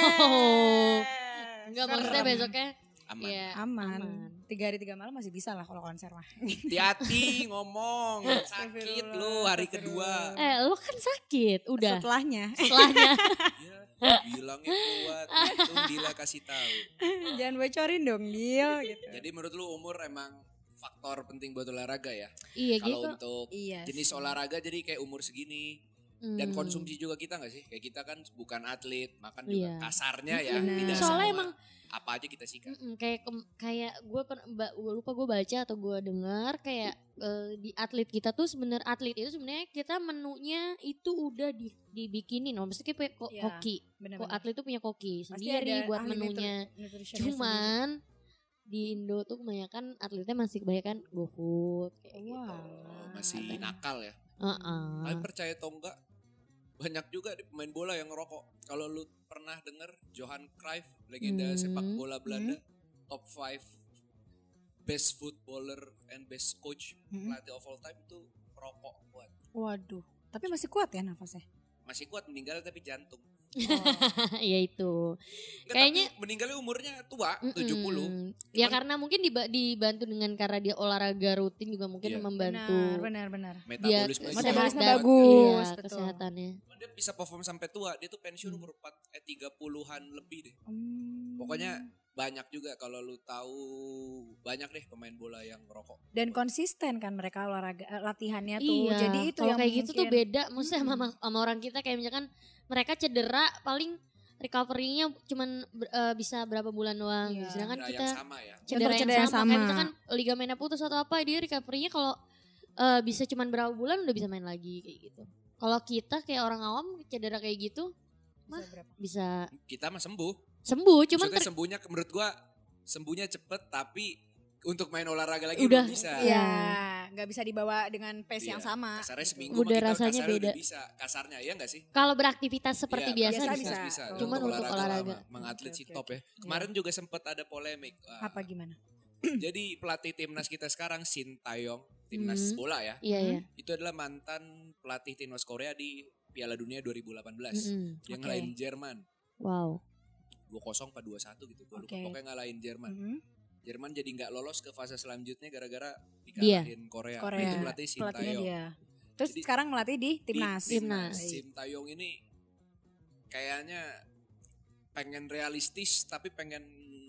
Enggak maksudnya besoknya aman. Ya, aman. 3 hari 3 malam masih bisa lah kalau konser mah. Hati-hati ngomong. Sakit lu hari kedua. Lo kan sakit udah. Setelahnya. Ya, bilangnya kuat. Itu Dila kasih tahu. Jangan bocorin dong Dil gitu. Jadi menurut lu umur emang faktor penting buat olahraga ya? Iya kalau gitu. Untuk jenis olahraga jadi kayak umur segini. Dan konsumsi juga kita gak sih? Kayak kita kan bukan atlet, makan juga kasarnya ya. Tidak soalnya semua emang apa aja kita sikat. Kayak gue lupa gue baca atau gue dengar kayak di atlet kita tuh sebenarnya atlet itu sebenarnya kita menunya itu udah dibikinin. Maksudnya kayak koki. Kok atlet tuh punya koki sendiri buat menunya. Cuman di Indo tuh kebanyakan atletnya masih kebanyakan GoFood kayak gitu. Masih nakal ya. Tapi percaya atau enggak banyak juga di pemain bola yang ngerokok. Kalau lu pernah dengar Johan Cruyff, legenda sepak bola Belanda, top 5 best footballer and best coach pelatih of all time itu rokok kuat. Waduh, tapi masih kuat ya nafasnya? Masih kuat, meninggal tapi jantung. Ya itu. Kayaknya meninggalnya umurnya tua, 70. Ya karena mungkin dibantu dengan karena dia olahraga rutin juga mungkin membantu. Benar. Metabolisme bagus, ya, kesehatannya. Dia bisa perform sampai tua, dia tuh pensiun umur 30-an lebih deh. Pokoknya banyak juga kalau lu tahu banyak deh pemain bola yang merokok. Dan konsisten kan mereka olahraga latihannya tuh. Iya, jadi itu kalau yang kayak gitu tuh beda maksudnya sama orang kita kayak misalkan mereka cedera paling recovery-nya cuman bisa berapa bulan doang. Sedangkan kita cedera yang sama. Kayak misalkan ligamennya putus atau apa dia recovery-nya kalau bisa cuman berapa bulan udah bisa main lagi kayak gitu. Kalau kita kayak orang awam cedera kayak gitu bisa kita mah sembuh, cuman maksudnya sembuhnya menurut gua sembuhnya cepet tapi untuk main olahraga lagi belum bisa. Iya, nggak bisa dibawa dengan pace yang sama. Kasarnya seminggu udah rasanya beda. Udah bisa kasarnya ya nggak sih? Kalau beraktivitas seperti biasa bisa. Cuman untuk olahraga. Mengatlet sih top ya. Kemarin juga sempat ada polemik. Apa gimana? Jadi pelatih timnas kita sekarang Sintayong, timnas bola ya. Iya. Itu adalah mantan pelatih timnas Korea di Piala Dunia 2018. Dia ngalahin Jerman. Wow. 2-0 apa 2-1 gitu. Gue lupa, pokoknya ngalahin Jerman. Jerman jadi gak lolos ke fase selanjutnya gara-gara dikalahin Korea. Itu pelatih Sintayong. Terus jadi, sekarang melatih di timnas. Sintayong ini kayaknya pengen realistis tapi pengen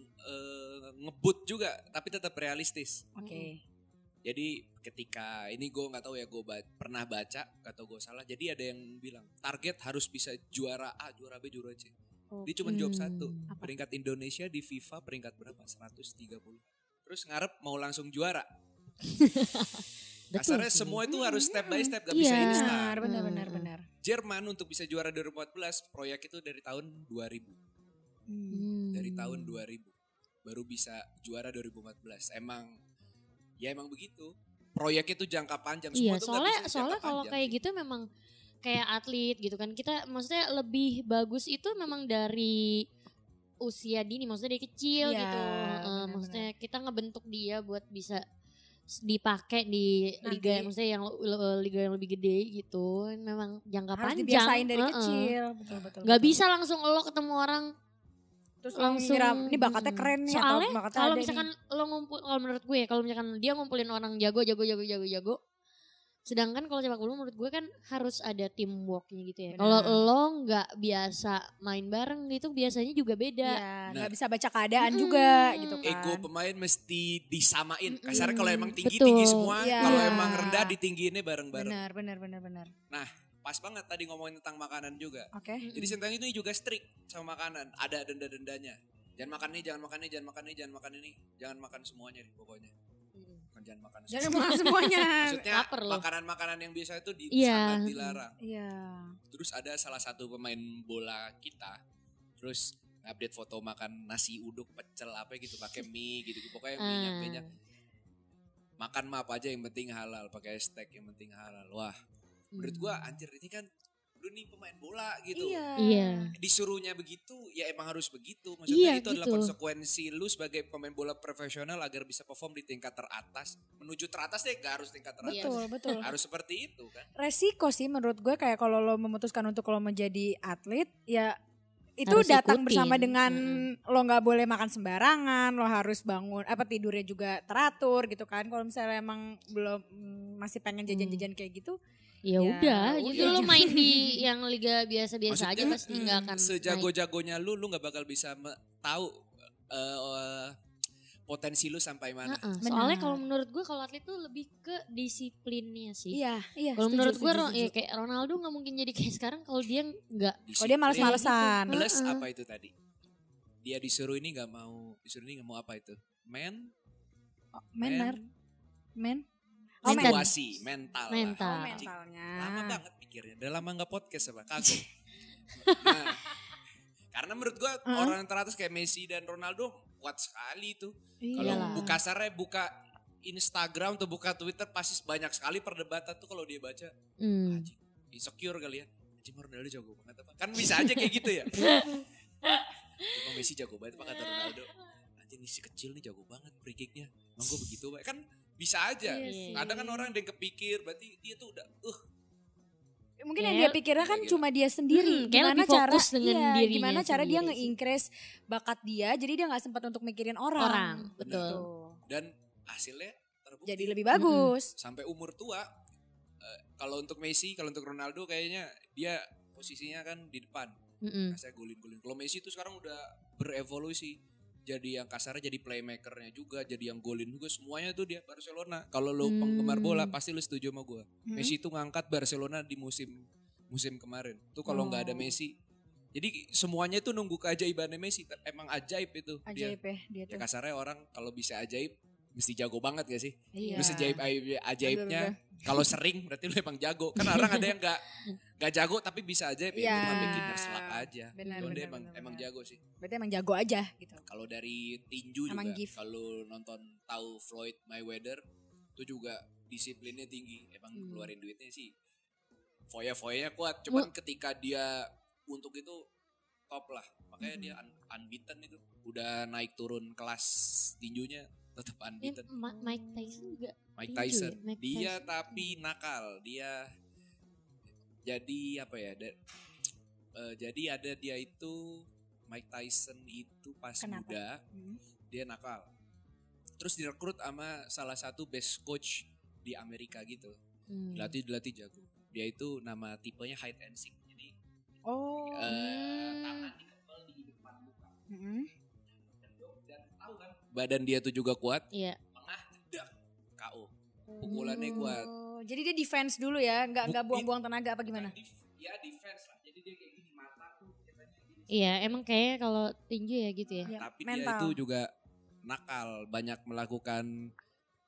ngebut juga tapi tetap realistis. Jadi ketika ini gue nggak tahu ya, gue pernah baca atau gue salah. Jadi ada yang bilang target harus bisa juara A, juara B, juara C. Dia cuma jawab satu. Peringkat Indonesia di FIFA peringkat berapa? 130. Terus ngarep mau langsung juara. Kasarnya semua itu harus step by step, gak bisa instan. Benar. Jerman untuk bisa juara 2014 proyek itu dari tahun 2000. Dari tahun 2000 baru bisa juara 2014. Emang begitu. Proyek itu jangka panjang. Iya, Semua tuh nggak bisa soalnya jangka kalau panjang kayak sih. gitu memang kayak atlet gitu kan. Kita maksudnya lebih bagus itu memang dari usia dini, maksudnya dia kecil Iya, gitu. benar-benar. Maksudnya kita ngebentuk dia buat bisa dipakai di liga, Nanti. maksudnya yang liga yang lebih gede gitu. Memang jangka Harus panjang. dibiasain dari kecil. Betul. Gak bisa langsung lo ketemu orang Terus langsung ngira ini bakatnya keren nih soalnya atau bakatnya kalau ada misalkan nih. lo ngumpul, kalau menurut gue kalau misalkan dia ngumpulin orang jago, sedangkan kalau sepak bola menurut gue kan harus ada teamworknya gitu ya. Kalau Benar. lo nggak biasa main bareng gitu biasanya juga beda. Iya, Nah. nggak bisa baca keadaan juga gitu kan. Ego pemain mesti disamain. Kasarnya kalau emang Betul. tinggi semua, Iya. kalau emang rendah ditinggiinnya bareng-bareng. Benar. Nah, pas banget tadi ngomongin tentang makanan juga. Oke. Jadi Sintayong itu juga strict sama makanan. Ada denda-dendanya. Jangan makan ini, jangan makan ini, jangan makan ini, jangan makan ini. Jangan makan semuanya nih pokoknya. Bukan jangan makan Jangan makan semuanya. Maksudnya Lapar lo. makanan-makanan yang biasa itu Iya. sangat dilarang. Iya. Terus ada salah satu pemain bola kita. Terus update foto makan nasi uduk, pecel apa gitu, pakai mie gitu. Pokoknya minyak-minyak. Makan mah apa aja yang penting halal, pakai steak yang penting halal. Wah, menurut gua anjir ini kan lu nih pemain bola gitu. Iya. Disuruhnya begitu, ya emang harus begitu. Maksudnya Iya, itu adalah gitu. konsekuensi lu sebagai pemain bola profesional agar bisa perform di tingkat teratas. Menuju teratas deh gak harus tingkat teratas. Betul. Harus seperti itu kan. Resiko sih menurut gue kayak kalau lo memutuskan untuk lo menjadi atlet ya itu Harus datang ikutin. bersama dengan lo nggak boleh makan sembarangan, lo harus bangun tidurnya juga teratur gitu kan. Kalau misalnya emang belum masih pengen jajan-jajan kayak gitu, Ya Ya udah, udah. jadi lo main di yang liga biasa-biasa aja Maksudnya, pasti nggak akan naik. sejago-jagonya lu gak bakal bisa tahu potensi lu sampai mana. Soalnya kalau menurut gue kalau atlet tuh lebih ke disiplinnya sih. iya. Kalau setuju, menurut gue setuju. ya kayak Ronaldo nggak mungkin jadi kayak sekarang kalau dia nggak. Kalau dia males-malesan. Plus apa itu tadi? Dia disuruh ini nggak mau apa itu? Men. Situasi mental. Mental. Lah. Anjing. Mentalnya. Lama banget pikirnya. Udah lama nggak podcast apa? Kagum. Nah, karena menurut gua orang yang teratas kayak Messi dan Ronaldo kuat sekali itu. Kalau Iyalah. buka kasarnya buka Instagram atau buka Twitter pasti banyak sekali perdebatan tuh kalau dia baca. Anjing, insecure kali ya. Anjing Ronaldo jago banget apa? Kan bisa aja kayak gitu ya. Emang Messi jago banget apa kata Ronaldo? Anjing si kecil nih jago banget free kicknya. Emang gue begitu Pak. Kan bisa aja. Iya Ada kan orang yang kepikir berarti dia tuh udah Mungkin yang dia pikirnya kan cuma dia sendiri. kayak Gimana lebih cara fokus dengan dirinya gimana cara dia sendiri sih. nge-increase bakat dia jadi dia nggak sempat untuk mikirin orang. Betul. Gitu. dan hasilnya terbukti. Jadi lebih bagus. Sampai umur tua. Kalau untuk Messi, kalau untuk Ronaldo kayaknya dia posisinya kan di depan. Saya golin-golin. Kalau Messi itu sekarang udah berevolusi. Jadi yang kasarnya jadi playmakernya juga, jadi yang golin juga, semuanya tuh dia Barcelona. Kalau lu penggemar bola pasti lu setuju sama gue. Messi itu ngangkat Barcelona di musim kemarin. Tuh kalau nggak ada Messi, jadi semuanya tuh nunggu keajaibannya Messi. Emang ajaib itu. Ajaib ya dia Ya tuh. kasarnya orang kalau bisa ajaib mesti jago banget gak sih? Iya. Lu ajaibnya kalau sering berarti lu emang jago. Kan orang ada yang gak jago tapi bisa ajaib ya Iya. itu mah beginner's luck aja. Benar, Cuman dia benar, emang jago sih. Berarti emang jago aja gitu. Kalau dari tinju Emang juga gift. kalau nonton tahu Floyd Mayweather itu juga disiplinnya tinggi. Emang keluarin duitnya sih. Foya-foyanya kuat. Cuman ketika dia untuk itu top lah. Makanya dia unbeaten itu. Udah naik turun kelas tinjunya tetap unbeaten. Mike Tyson juga. Mike tinju Tyson. ya? Mike Dia Tyson. tapi nakal. Dia jadi apa ya? Jadi ada dia itu Mike Tyson itu pas Kenapa? muda dia nakal. Terus direkrut sama salah satu best coach di Amerika gitu. Dilatih jago. Dia itu nama tipenya hide and seek. Jadi tangan dikepel di depan muka. Dan tahu kan badan dia tuh juga kuat. Iya. Tengah jedak KO. Pukulannya kuat. Jadi dia defense dulu ya, nggak buang-buang tenaga apa gimana? Ya defense lah. Jadi dia kayak gini mata tuh katanya gini. Iya, emang kayaknya kalau tinju ya gitu ya. Iya, Tapi mental. dia itu juga nakal, banyak melakukan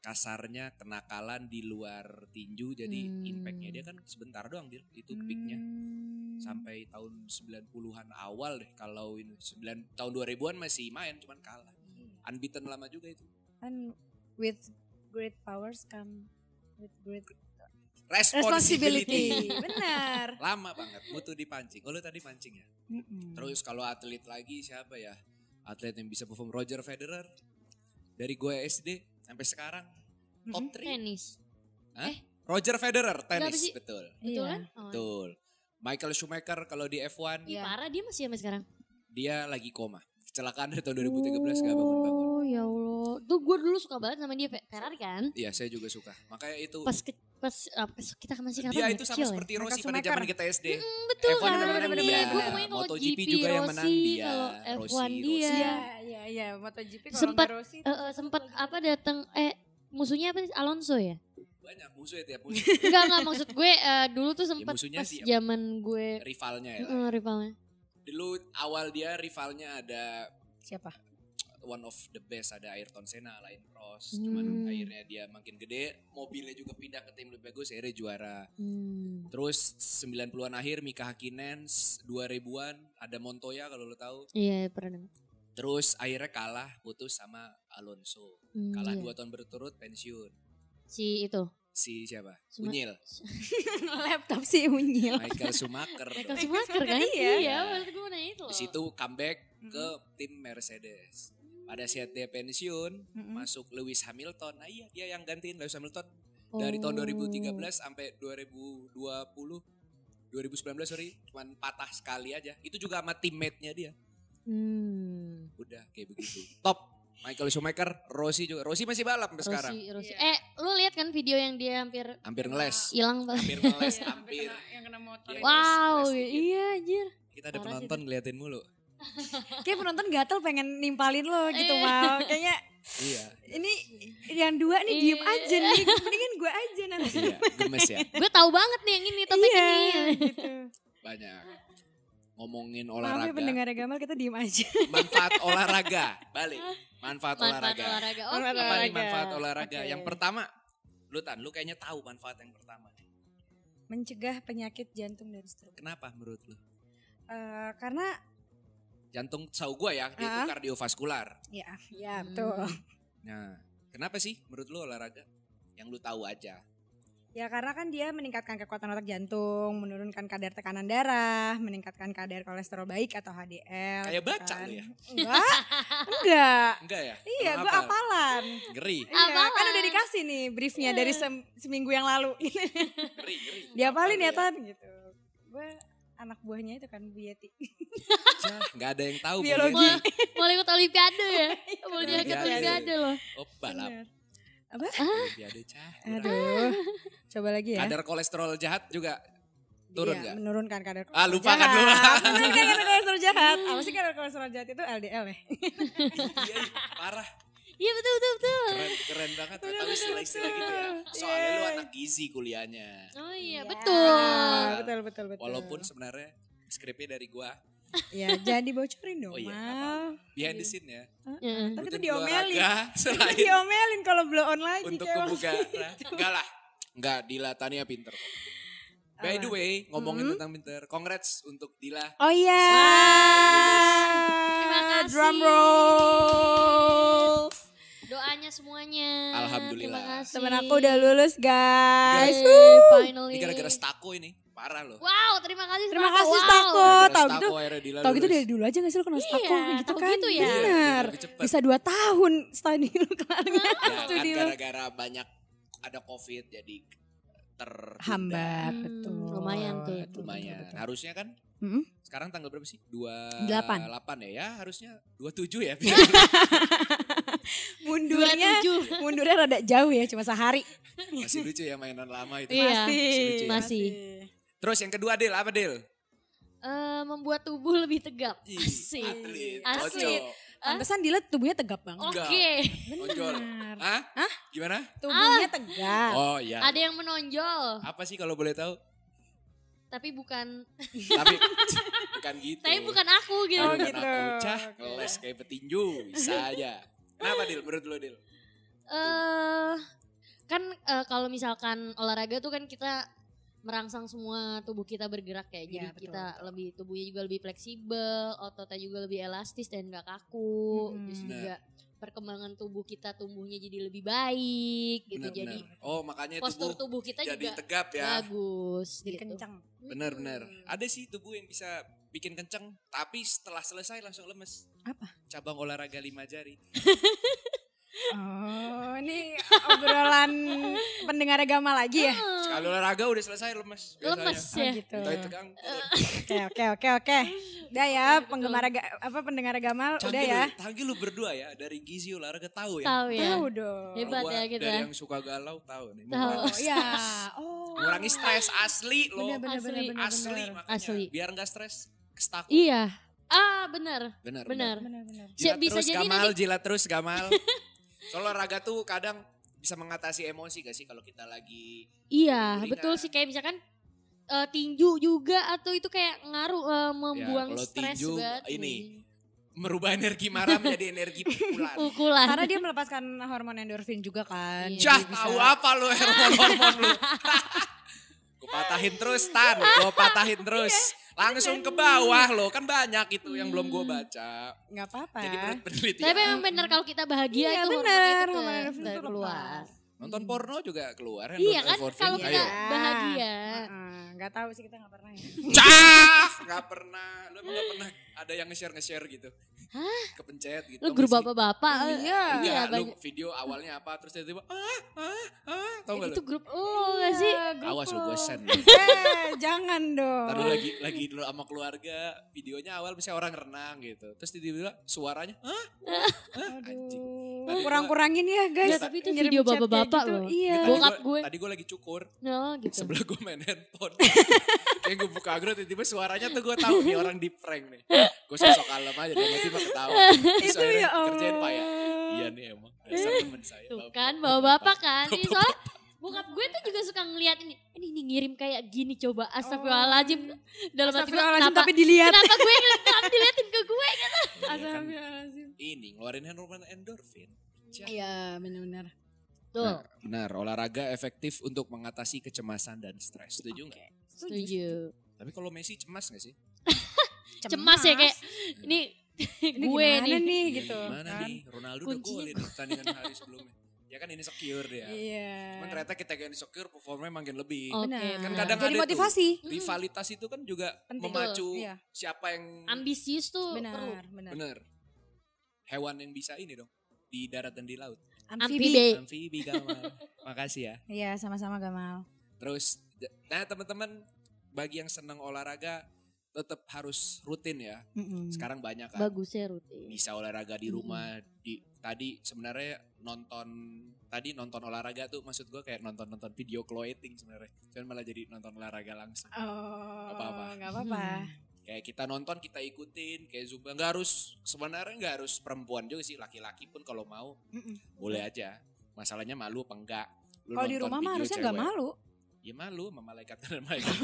kasarnya kenakalan di luar tinju, jadi impactnya dia kan sebentar doang Dil, itu peaknya sampai tahun 90-an awal deh. Kalau ini tahun 2000-an masih main, cuman kalah. Unbeaten lama juga itu. Kan with great powers come with great Responsibility. Benar. Lama banget, butuh dipancing. Oh lu tadi pancing ya? Terus kalau atlet lagi siapa ya? Atlet yang bisa perform, Roger Federer. Dari gue SD sampai sekarang top 3. Tenis. Hah? Roger Federer, Kenapa tenis, sih? betul. Betul Iya. kan? Oh, Betul. Michael Schumacher kalau di F1, Ih, parah dia masih sampai sekarang. dia lagi koma. Kecelakaan dari tahun 2013 gak bangun-bangun. Oh ya Allah. Tuh gue dulu suka banget sama dia, Ferrari kan. Iya, saya juga suka. Makanya itu Pas kita masih kapan dia ya? itu sama Kecil ya? seperti Rossi Michael pada zaman Schumacher. kita SD. Betul F1 kan? yang menang bener-bener, dia. bener-bener. Pokoknya kalau MotoGP GP juga yang menang Rossi, dia. kalau F1 Rossi, dia. Iya, MotoGP kalau Sempat nggak Rossi. sempat apa datang musuhnya apa sih? Alonso ya? Banyak musuh ya tiap musuh. Enggak maksud gue dulu tuh sempat musuhnya pas sih zaman gue Rivalnya ya. rivalnya. Dulu awal dia rivalnya ada Siapa? one of the best, ada Ayrton Senna, Alain Prost. Cuman akhirnya dia makin gede, mobilnya juga pindah ke tim lebih bagus, akhirnya juara. Terus 90-an akhir Mika Hakkinen, 2000-an ada Montoya kalau lo tahu. Iya, pernah dengar. Terus akhirnya kalah, putus sama Alonso. Kalah Iya. 2 tahun berturut, pensiun. Si itu. Si siapa? Suma- Unyil. Laptop si Unyil. Michael Schumacher. Michael Schumacher kan? Iya. Iya, maksud gue mau nanya itu loh. Di situ comeback ke tim Mercedes. Pada saat dia pensiun, masuk Lewis Hamilton. Nah iya, dia yang gantiin Lewis Hamilton. Dari tahun 2013 sampai 2019 sorry, cuman patah sekali aja. Itu juga sama teammate-nya dia. Udah kayak begitu. Top. Michael Schumacher, Rossi juga. Rossi masih balap sampai sekarang. Rossi. Lu lihat kan video yang dia hampir Hampir ngeles. hilang tuh. Hampir ngeles, hampir. Yang kena motor. Iya. Wow, Les dikit. iya anjir. Kita ada Parah sih penonton ngeliatin mulu. Kayak penonton gatel pengen nimpalin lo gitu Mal. Kayaknya Iya. ini yang dua nih diem aja nih. Mendingan gue aja nanti. Iya, gemes ya. Gue tahu banget nih yang ini topik Iya, ini. gitu. Banyak. Ngomongin Maaf ya olahraga. pendengar Gamal, kita diem aja. Manfaat olahraga. Balik. Manfaat Manfaat olahraga. olahraga. Oke. Manfaat Apa nih olahraga. manfaat olahraga? Oke. Yang pertama, lu kayaknya tahu manfaat yang pertama. Mencegah penyakit jantung dan stroke. Kenapa menurut lu? Karena Jantung tahu gua ya, dia itu kardiovaskular. ya betul. Nah, kenapa sih menurut lu olahraga? Yang lu tahu aja. Ya karena kan dia meningkatkan kekuatan otak jantung, menurunkan kadar tekanan darah, meningkatkan kadar kolesterol baik atau HDL. Kayak gitu baca kan. lu ya? Enggak. Enggak ya? Iya, Emang gue apa? apalan. Ngeri, Iya, kan Apalan. udah dikasih nih briefnya dari seminggu yang lalu. ngeri. Diapalin ya Hafal Tan gitu. Gue anak buahnya itu kan Bu Yeti. Cah, nggak ada yang tahu. Bu Biologi. Yeti. Mau ikut olimpiade ya? Mau dia ikut Olimpiade. olimpiade loh. Oh, balap. Bener. Apa? Olimpiade, Cah. Aduh. Coba lagi ya. Kadar kolesterol jahat juga turun Iya, nggak? menurunkan kadar kolesterol Ah, lupa kan lu. jahat. Menurunkan kadar kolesterol jahat. Apa sih kadar kolesterol jahat itu LDL ya? Iya, parah. Iya betul. Keren banget. Tahu istilah-istilah gitu ya. Soalnya lu anak gizi kuliahnya. Oh iya, Iya. betul. Betul. Walaupun sebenarnya skripnya dari gua. Ya, jangan dibocorin dong, Oh iya, Mal. Behind the scene ya. Heeh. Tapi itu Rutin diomelin. olahraga, Itu selain diomelin kalau blow on lagi. untuk kayak kebuka. Enggak lah. Enggak, Dila Tania pinter kok. By the way, ngomongin tentang pinter. Congrats untuk Dila. Oh iya. Terima kasih. Drum roll. Doanya semuanya. Alhamdulillah. Terima kasih. Temen aku udah lulus, guys. Finally. Ini gara-gara Stako ini. Parah loh. Wow, terima kasih. Terima Stako. kasih Wow. Stako. Gara-gara Tahu Stako gitu. akhirnya Dila Tahu gitu lulus. dari dulu aja gak sih lu kenal Stako Iya, gitu tahu kan. gitu ya. Bener. Lebih cepet. Bisa 2 tahun study lu kelarnya. Ya kan Studi lu. gara-gara banyak ada COVID jadi tertunda. Hambat, betul. lumayan tuh. Lumayan. Harusnya kan Mm-mm. sekarang tanggal berapa sih? 8. 28 ya? Ya harusnya 27 ya. Mundurnya rada jauh ya, cuma sehari. Masih lucu ya mainan lama itu. Iya, lucu ya. masih. Terus yang kedua Del, apa Del? Membuat tubuh lebih tegap. Ih, Asik. Atlet. Asli. Cocok. Pantesan Dila tubuhnya tegap banget. Enggak. Oke. Tonjol. Benar. Hah? Gimana? Tubuhnya tegap. Oh iya. Ada yang menonjol, Apa sih kalau boleh tahu? tapi bukan Tapi bukan gitu. tapi bukan aku gitu. Bukan gitu. aku. Cah, Oke. ngeles kayak petinju. Bisa aja. Kenapa Dil? Menurut lo Dil? Kan kalau misalkan olahraga tuh kan kita merangsang semua tubuh kita bergerak ya. Jadi Iya, betul, kita lebih tubuhnya juga lebih fleksibel, ototnya juga lebih elastis dan gak kaku. Terus Benar. juga perkembangan tubuh kita tumbuhnya jadi lebih baik gitu. Benar-benar. Jadi Oh makanya postur tubuh tubuh kita jadi juga tegap ya. bagus Jadi gitu. kencang. Benar-benar. Ada sih tubuh yang bisa bikin kenceng, tapi setelah selesai langsung lemes. Apa? Cabang olahraga 5 jari. Oh, ini obrolan pendengar agama lagi ya? Sekali olahraga udah selesai lemes. Biasanya. Lemes Oh, ya. gitu. Entah itu kan. Oke. Udah ya, pendengar agama udah ya. Canggih lu berdua ya, dari gizi olahraga tahu ya. Tahu ya. Tahu dong. Hebat Gua ya kita. Dari yang suka galau tahu nih. Tahu. Oh ya. Oh. Mengurangi stres asli loh. Bener. Asli makanya. Asli. Biar enggak stres, kestaku. Iya. Benar. Benar. Benar. Benar. Jilat Bisa terus jadi Gamal, nanti- jilat terus Gamal. Soalnya olahraga tuh kadang bisa mengatasi emosi gak sih kalau kita lagi Iya, Ringan. betul sih kayak misalkan tinju juga atau itu kayak ngaruh membuang kalau stres tinju, banget. ini. merubah energi marah menjadi energi pukulan. Pukulan. Karena dia melepaskan hormon endorfin juga kan. Iya. Cah, Jadi bisa- tahu apa lu hormon lu? Gue patahin terus, Tan. Gue patahin terus. Langsung ke bawah loh. Kan banyak itu yang belum gue baca. Nggak apa-apa. Jadi menurut penelitian. Tapi memang benar kalau kita bahagia Iya, itu benar. hormon itu Hormon endorfin itu keluar. lepas. Nonton porno juga keluar kan. Iya kan endorfin. kalau kita Ayo. bahagia. Nggak tahu sih, kita nggak pernah ya. Cah, nggak pernah. Lu emang nggak pernah ada yang nge-share gitu. Hah? Kepencet gitu. Lu Tau grup nggak sih? bapak-bapak. Iya. Iya, lu banyak. video awalnya apa terus tiba-tiba tau gak Itu lu? grup lo gak sih? Awas lu gue send. Jangan dong. Ntar lu lagi dulu sama keluarga, videonya awal misalnya orang renang gitu. Terus tiba-tiba suaranya, anjing. Aduh, Tadi kurang-kurangin ya guys. Nggak, tapi itu Ngirim video chat kayak bapak-bapak gitu. loh. Iya. Bokap gue. Tadi gue lagi cukur, No gitu. sebelah gue main handphone. Kayak gue buka grup tiba-tiba suaranya tuh gue tahu nih orang di prank nih. Gue sosok kalem aja, tiba-tiba ketawa. Terus Itu akhirnya ya Allah. kerjain Pak ya. Iya nih emang, dasar temen saya. Tuh Bapak. kan bapak-bapak kan. Ini soalnya bokap gue tuh juga suka ngeliat ini ngirim kayak gini coba astagfirullahaladzim. Dalam hati gue Astagfirullahaladzim, kenapa, tapi dilihat. kenapa gue kenapa diliatin ke gue gitu. Iya kan, Astagfirullahaladzim. ini ngeluarin hormon endorfin. Cah. Iya, benar-benar. Tuh, Benar, olahraga efektif untuk mengatasi kecemasan dan stres. Setuju nggak? setuju. Tapi kalau Messi cemas gak sih? Cemas ya kayak ini Ini gue gimana nih. nih gitu. Gimana kan. nih? Ronaldo udah Kuncinya. golin pertandingan hari sebelumnya. Ya kan insecure dia. Iya. Cuman ternyata kita yang insecure performanya makin lebih. Oke. Benar. Kan kadang Jadi ada motivasi. tuh, rivalitas itu kan juga Penting. memacu Betul, iya. siapa yang Ambisius tuh perlu. Benar, benar. bener. Hewan yang bisa ini dong. Di darat dan di laut. Amfibi. Amfibi Gamal. Makasih ya. Iya, sama-sama Gamal. Terus, nah teman-teman bagi yang senang olahraga tetap harus rutin ya. Sekarang banyak kan. Bagus ya rutin. Bisa olahraga di rumah. Tadi sebenarnya nonton olahraga tuh maksud gue kayak nonton video clothing sebenarnya. Cuman malah jadi nonton olahraga langsung. Oh, Apa-apa. nggak apa-apa. Kayak kita nonton kita ikutin kayak Zumba. Sebenarnya nggak harus perempuan juga sih, laki-laki pun kalau mau boleh aja. Masalahnya malu apa enggak? Lu Kalau di nonton rumah mah video harnya nggak cewek. malu. Ya malu sama malaikat dan malaikat.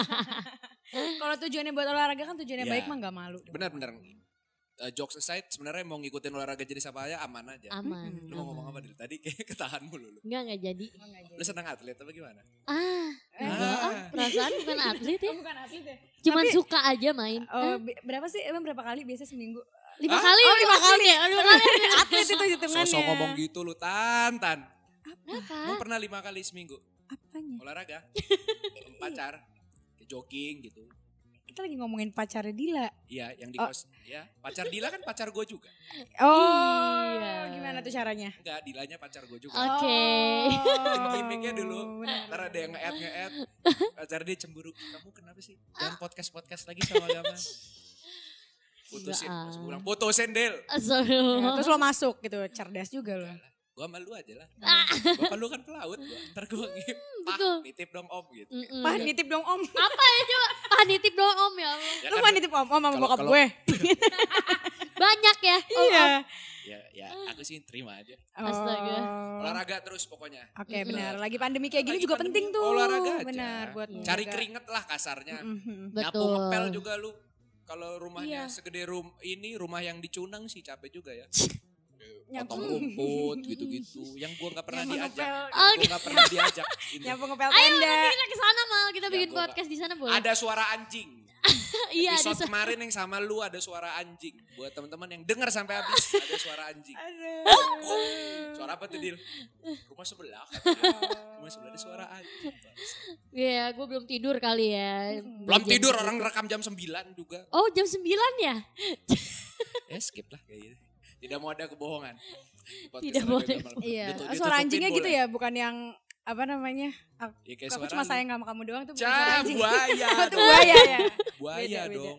Kalau tujuannya buat olahraga kan tujuannya Iya. baik mah nggak malu. Benar-benar. Jokes aside sebenarnya mau ngikutin olahraga jenis apa aja aman aja. Aman. Lu mau ngomong apa dari tadi? Kayak ketahan mulu lu. Enggak jadi. Lu senang atlet apa gimana? Enggak, perasaan bukan atlet ya. Bukan atlet ya? Cuman Tapi- suka aja main. Oh, berapa sih? Emang berapa kali biasa seminggu? 5 Hah? kali. Oh, 5 kali ya. 5 kali. Atlet itu hitungannya. Sosok ngomong gitu lu Tan. Kenapa? Lu pernah 5 kali seminggu Apanya? olahraga? Pacar, kayak jogging gitu. Kita lagi ngomongin pacarnya Dila. Iya, yang di kos. Ya, pacar Dila kan pacar gue juga. Oh, Iya. gimana tuh caranya? Enggak, Dilanya pacar gue juga. Oke. Gimiknya dulu. benar. Ntar ada yang nge-add. Pacar dia cemburu. Kamu kenapa sih? Jangan podcast lagi sama Gama. Putusin. Enggak, Terus gue bilang, putusin Del. Ya, Astagfirullah. terus lo masuk gitu, cerdas juga lo. Gue sama lu aja lah. Bapak lu kan pelaut. Ntar gue betul. nitip dong om gitu. Mm-mm. Pah nitip dong om. Apa ya coba? Nitip doang om ya Allah. Ya Lu kan, mah nitip om sama Kalau- bokap kalau- gue. Banyak ya. Iya. ya aku sih terima aja. Astaga. Olahraga terus pokoknya. Oke benar. Lagi pandemi kayak gini Lagi juga pandemi, penting tuh. olahraga aja. Benar buat Iya. Cari menjaga. keringet lah kasarnya. Mhm. Nyapu Betul. ngepel juga lu. Kalau rumahnya Iya. segede rumah yang dicunang sih capek juga ya. potong rumput gitu-gitu. Yang gue nggak pernah Nyapu diajak. ngepel. Gue nggak pernah diajak. Ini. Nyapu ngepel Ayo tenda. nanti kita ke sana Mal, kita Ya, bikin gua podcast di sana boleh. Ada suara anjing. Iya, ada Episode kemarin yang sama lu ada suara anjing. Buat teman-teman yang dengar sampai habis ada suara anjing. Aduh. Suara apa tuh Dil? Rumah sebelah. katanya. Rumah sebelah ada suara anjing. Iya, gue belum tidur kali ya. Belum tidur orang rekam jam 9 juga. Oh, jam 9 ya? Skip lah kayak gitu. Tidak mau ada kebohongan. Podcast Tidak Radio mau Gamal. Iya, Ditutupin suara anjingnya gitu boleh. ya, bukan yang apa namanya? Ya kayak Aku suara cuma lu. sayang sama kamu doang tuh bukan suara anjing. Buaya Itu dong. buaya ya. Buaya Beda. dong.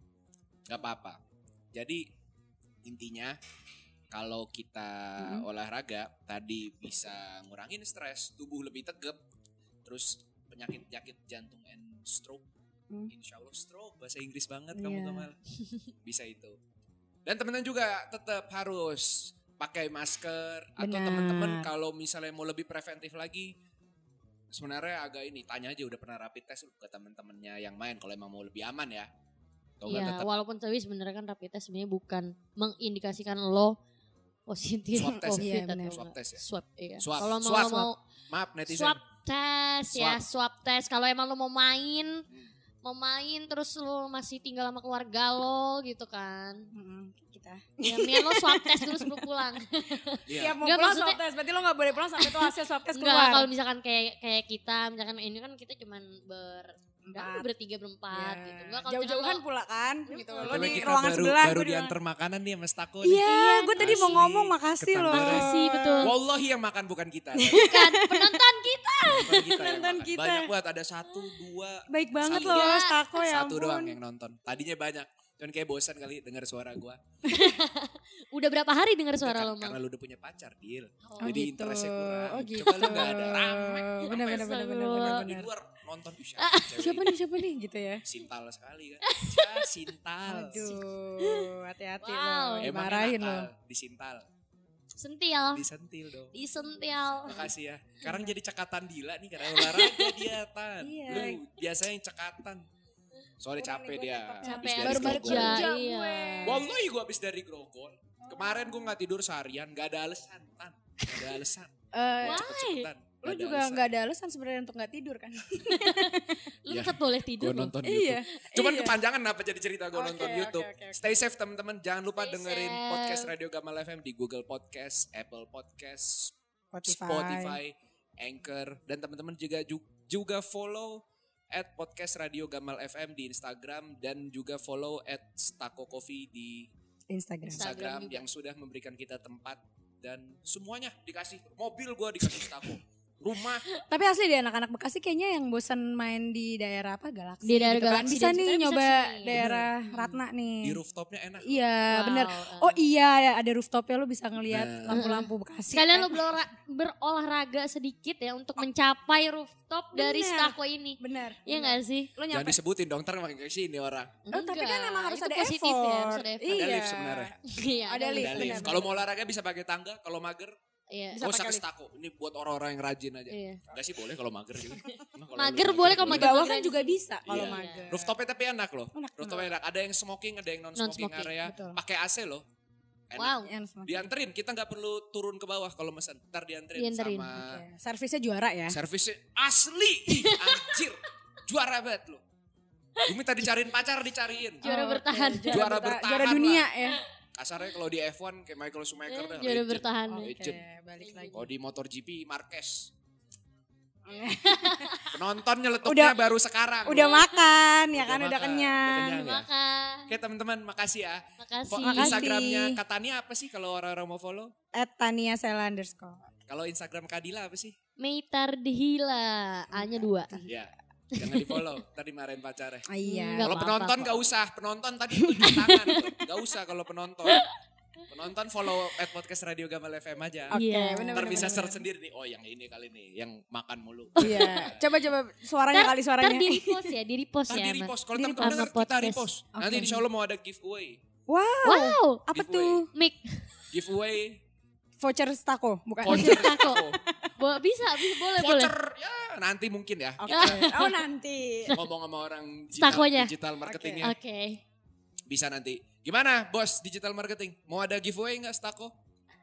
Gak apa-apa. Jadi intinya kalau kita olahraga tadi bisa ngurangin stres, tubuh lebih tegap, terus penyakit-penyakit jantung and stroke. Insya Allah stroke, bahasa Inggris banget kamu Iya. Gamal. Bisa itu. Dan teman-teman juga tetap harus pakai masker. Atau Benar. teman-teman kalau misalnya mau lebih preventif lagi, sebenarnya agak ini, tanya aja udah pernah rapid test ke teman-temannya yang main kalau emang mau lebih aman ya. Atau enggak Iya, tetap walaupun tapi sebenarnya kan rapid test sebenarnya bukan mengindikasikan lo positif Swab test COVID ya? Iya, atau benar. Swab test ya? Swab, iya. Swab, Kalau mau swab. lo mau maaf netizen. swab test ya, swab test. Kalau emang lo mau main, Hmm. terus lo masih tinggal sama keluarga lo gitu kan. Kita. Ya mendingan lo swab test dulu sebelum pulang. Iya. Siap mau Nggak, pulang maksudnya- swab test, berarti lo gak boleh pulang sampai tuh hasil swab test Enggak, keluar. kalau misalkan kayak kita, misalkan ini kan kita cuman Empat. bertiga berempat Ya. gitu. Enggak, kalau Jauh-jauhan misalkan pula kan gitu. Lo Coba di kita ruangan baru, sebelah. baru gua di ruangan- diantar makanan nih sama Stako nih. Iya, gue tadi mau Asli. ngomong makasih Ketanggaran. loh. Makasih, betul. Wallahi yang makan bukan kita. bukan penonton kita. Nonton kita yang Nonton makan. kita. Banyak banget, ada 1, 2. Baik banget Satu. loh, Stako ya Satu doang ampun. yang nonton. Tadinya banyak. Cuman kayak bosan kali denger suara gua. Udah berapa hari dengar suara Karena- lo, Karena Mal? lu udah punya pacar, Dil. Oh Jadi gitu. interestnya kurang. Oh gitu. Coba lu gak ada rame. Bener-bener. Di luar nonton. Ih, Siapa nih gitu ya. Sintal sekali kan. Ya, Sintal. Aduh, hati-hati Wow. loh. Emangnya Dimarahin nakal, loh. Disintal. Sentil. Disentil dong. Disentil. Makasih ya. Sekarang jadi cekatan Dila nih karena olahraga dia Tan. Iya. Lu biasanya yang cekatan. Soalnya capek dia. Capek Habis dari baru balik Grogol. kerja. iya. gue. Wallahi gue habis dari Grogol. Kemarin gue gak tidur seharian. Gak ada alasan Tan. Gak ada alasan. Cepet-cepetan. Lu juga gak ada alasan sebenarnya untuk gak tidur kan? Lu Iya. tetap boleh tidur. Gue loh. nonton Iya. YouTube. Cuman iya. kepanjangan apa jadi cerita gue Oke, nonton oke, YouTube. oke. Stay safe teman-teman. Jangan lupa Stay dengerin safe. podcast Radio Gamal FM di Google Podcast, Apple Podcast, Spotify, Anchor, dan teman-teman juga follow @podcast Radio Gamal FM di Instagram dan juga follow @Stako Coffee di Instagram. Instagram juga. yang sudah memberikan kita tempat dan semuanya dikasih. Mobil gua dikasih Stako, rumah. Tapi asli deh anak-anak Bekasi kayaknya yang bosan main di daerah apa Galaksi Di daerah gitu kan. Galaksi Bisa dan nih sebenarnya nyoba bisa sih. daerah Ratna nih. Di rooftopnya enak. Iya Wow, bener. eh. Oh iya ada rooftopnya lu bisa ngelihat Bener. lampu-lampu Bekasi. Sekalian kan. lo berolahraga sedikit ya untuk mencapai rooftop dari Bener. Stako ini. Bener. Iya gak sih? Lo Jangan nyampe. disebutin dong, ntar makin ke sini orang. Oh, tapi kan Enggak, emang harus itu ada positif effort. ya, harus ada effort. Iya. Ada lift sebenarnya. Iya, Ada lift, Ada benar, lift. Kalau mau olahraga bisa pakai tangga, kalau mager Iya. Bisa gak usah pakai ke lift. Stako. Ini buat orang-orang yang rajin aja. Iya. Enggak sih boleh kalau mager juga. Nah, kalau Mager lu boleh kalau Di mager. bawah kan juga bisa kalau Iya. mager. Rooftopnya tapi enak loh. Enak Rooftopnya enak. Ada yang smoking, ada yang non-smoking Non-smoking, area. betul. Pakai AC loh. Enak. Wow. Yang semakin- Dianterin, kita nggak perlu turun ke bawah kalau mesen. Ntar dianterin, Dianterin. sama Oke, servisnya juara ya. servisnya asli. Ih, anjir. Juara banget loh. Gue minta dicariin pacar, dicariin. Juara Oh, bertahan. oke, Juara bertahan Juara lah. dunia ya. Kasarnya kalau di F1 kayak Michael Schumacher dah. Juara legend. bertahan. Oke, Legend. balik lagi. Kalau di MotoGP Marquez. Penonton nyeletuknya Udah- baru sekarang. Udah loh. makan ya kan Udah udah makan, kenyang. udah kenyang. Ya. Maka, Oke teman-teman, makasih ya. makasih. Makasih. Instagramnya Katania apa sih kalau orang-orang mau follow? @tania_sela_. Kalau Instagram Kadila apa sih? Meitar Dihila, A-nya 2. Ya, jangan di follow. Tadi marahin pacarnya. Ah, iya. Enggak Kalau apa-apa penonton kok. gak usah, penonton tadi tunjuk tangan tuh. Gak usah kalau penonton. Penonton follow @podcast Radio Gamal FM aja. Oke, Iya. bener Ntar bener. bisa bener. search sendiri nih. Oh yang ini kali nih, yang makan mulu. Iya. Coba suaranya kali Ntar suaranya. di repost ya, di repost Ntar ya. di Mas. repost, kalau Di teman-teman repost. denger, kita Podcast. repost. Nanti Oke. insya Allah mau ada giveaway. Wow. Wow, Apa Giveaway. tuh? Mic, Giveaway Voucher Stako bukan? voucher Stako. Stako. bisa, boleh. Voucher ya nanti mungkin ya. Oke. Kita Oh nanti. ngomong sama orang Stakonya. digital marketingnya. Oke. Bisa nanti. Gimana bos digital marketing? Mau ada giveaway nggak Stako?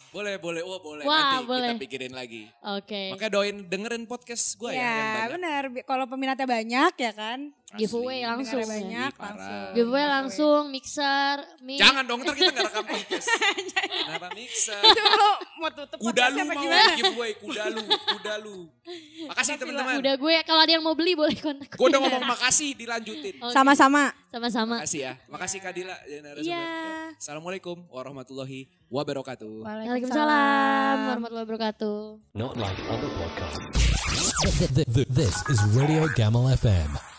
Boleh. Oh boleh. Wah, Nanti boleh. kita pikirin lagi. Oke. Makanya dengerin podcast gue ya yang Ya banyak. benar. Kalau peminatnya banyak ya kan. Giveaway Asli. langsung. Dengarnya ya. banyak Parah. langsung. Giveaway langsung, mixer, mic. Jangan dong, ntar kita gak rekam podcast. Kenapa mixer? Itu lo mau tutup Kuda lu podcastnya apa mau gimana? giveaway, kuda lu. Makasih teman-teman. Udah gue, kalau ada yang mau beli boleh kontak Gue udah ngomong makasih, dilanjutin. Oke. Sama-sama. Sama-sama. Makasih ya. Makasih Kak Dila. Ya, narasumber. Iya. Assalamualaikum warahmatullahi wabarakatuh. Waalaikumsalam warahmatullahi wabarakatuh. Not like other podcasts. This is Radio Gamal FM.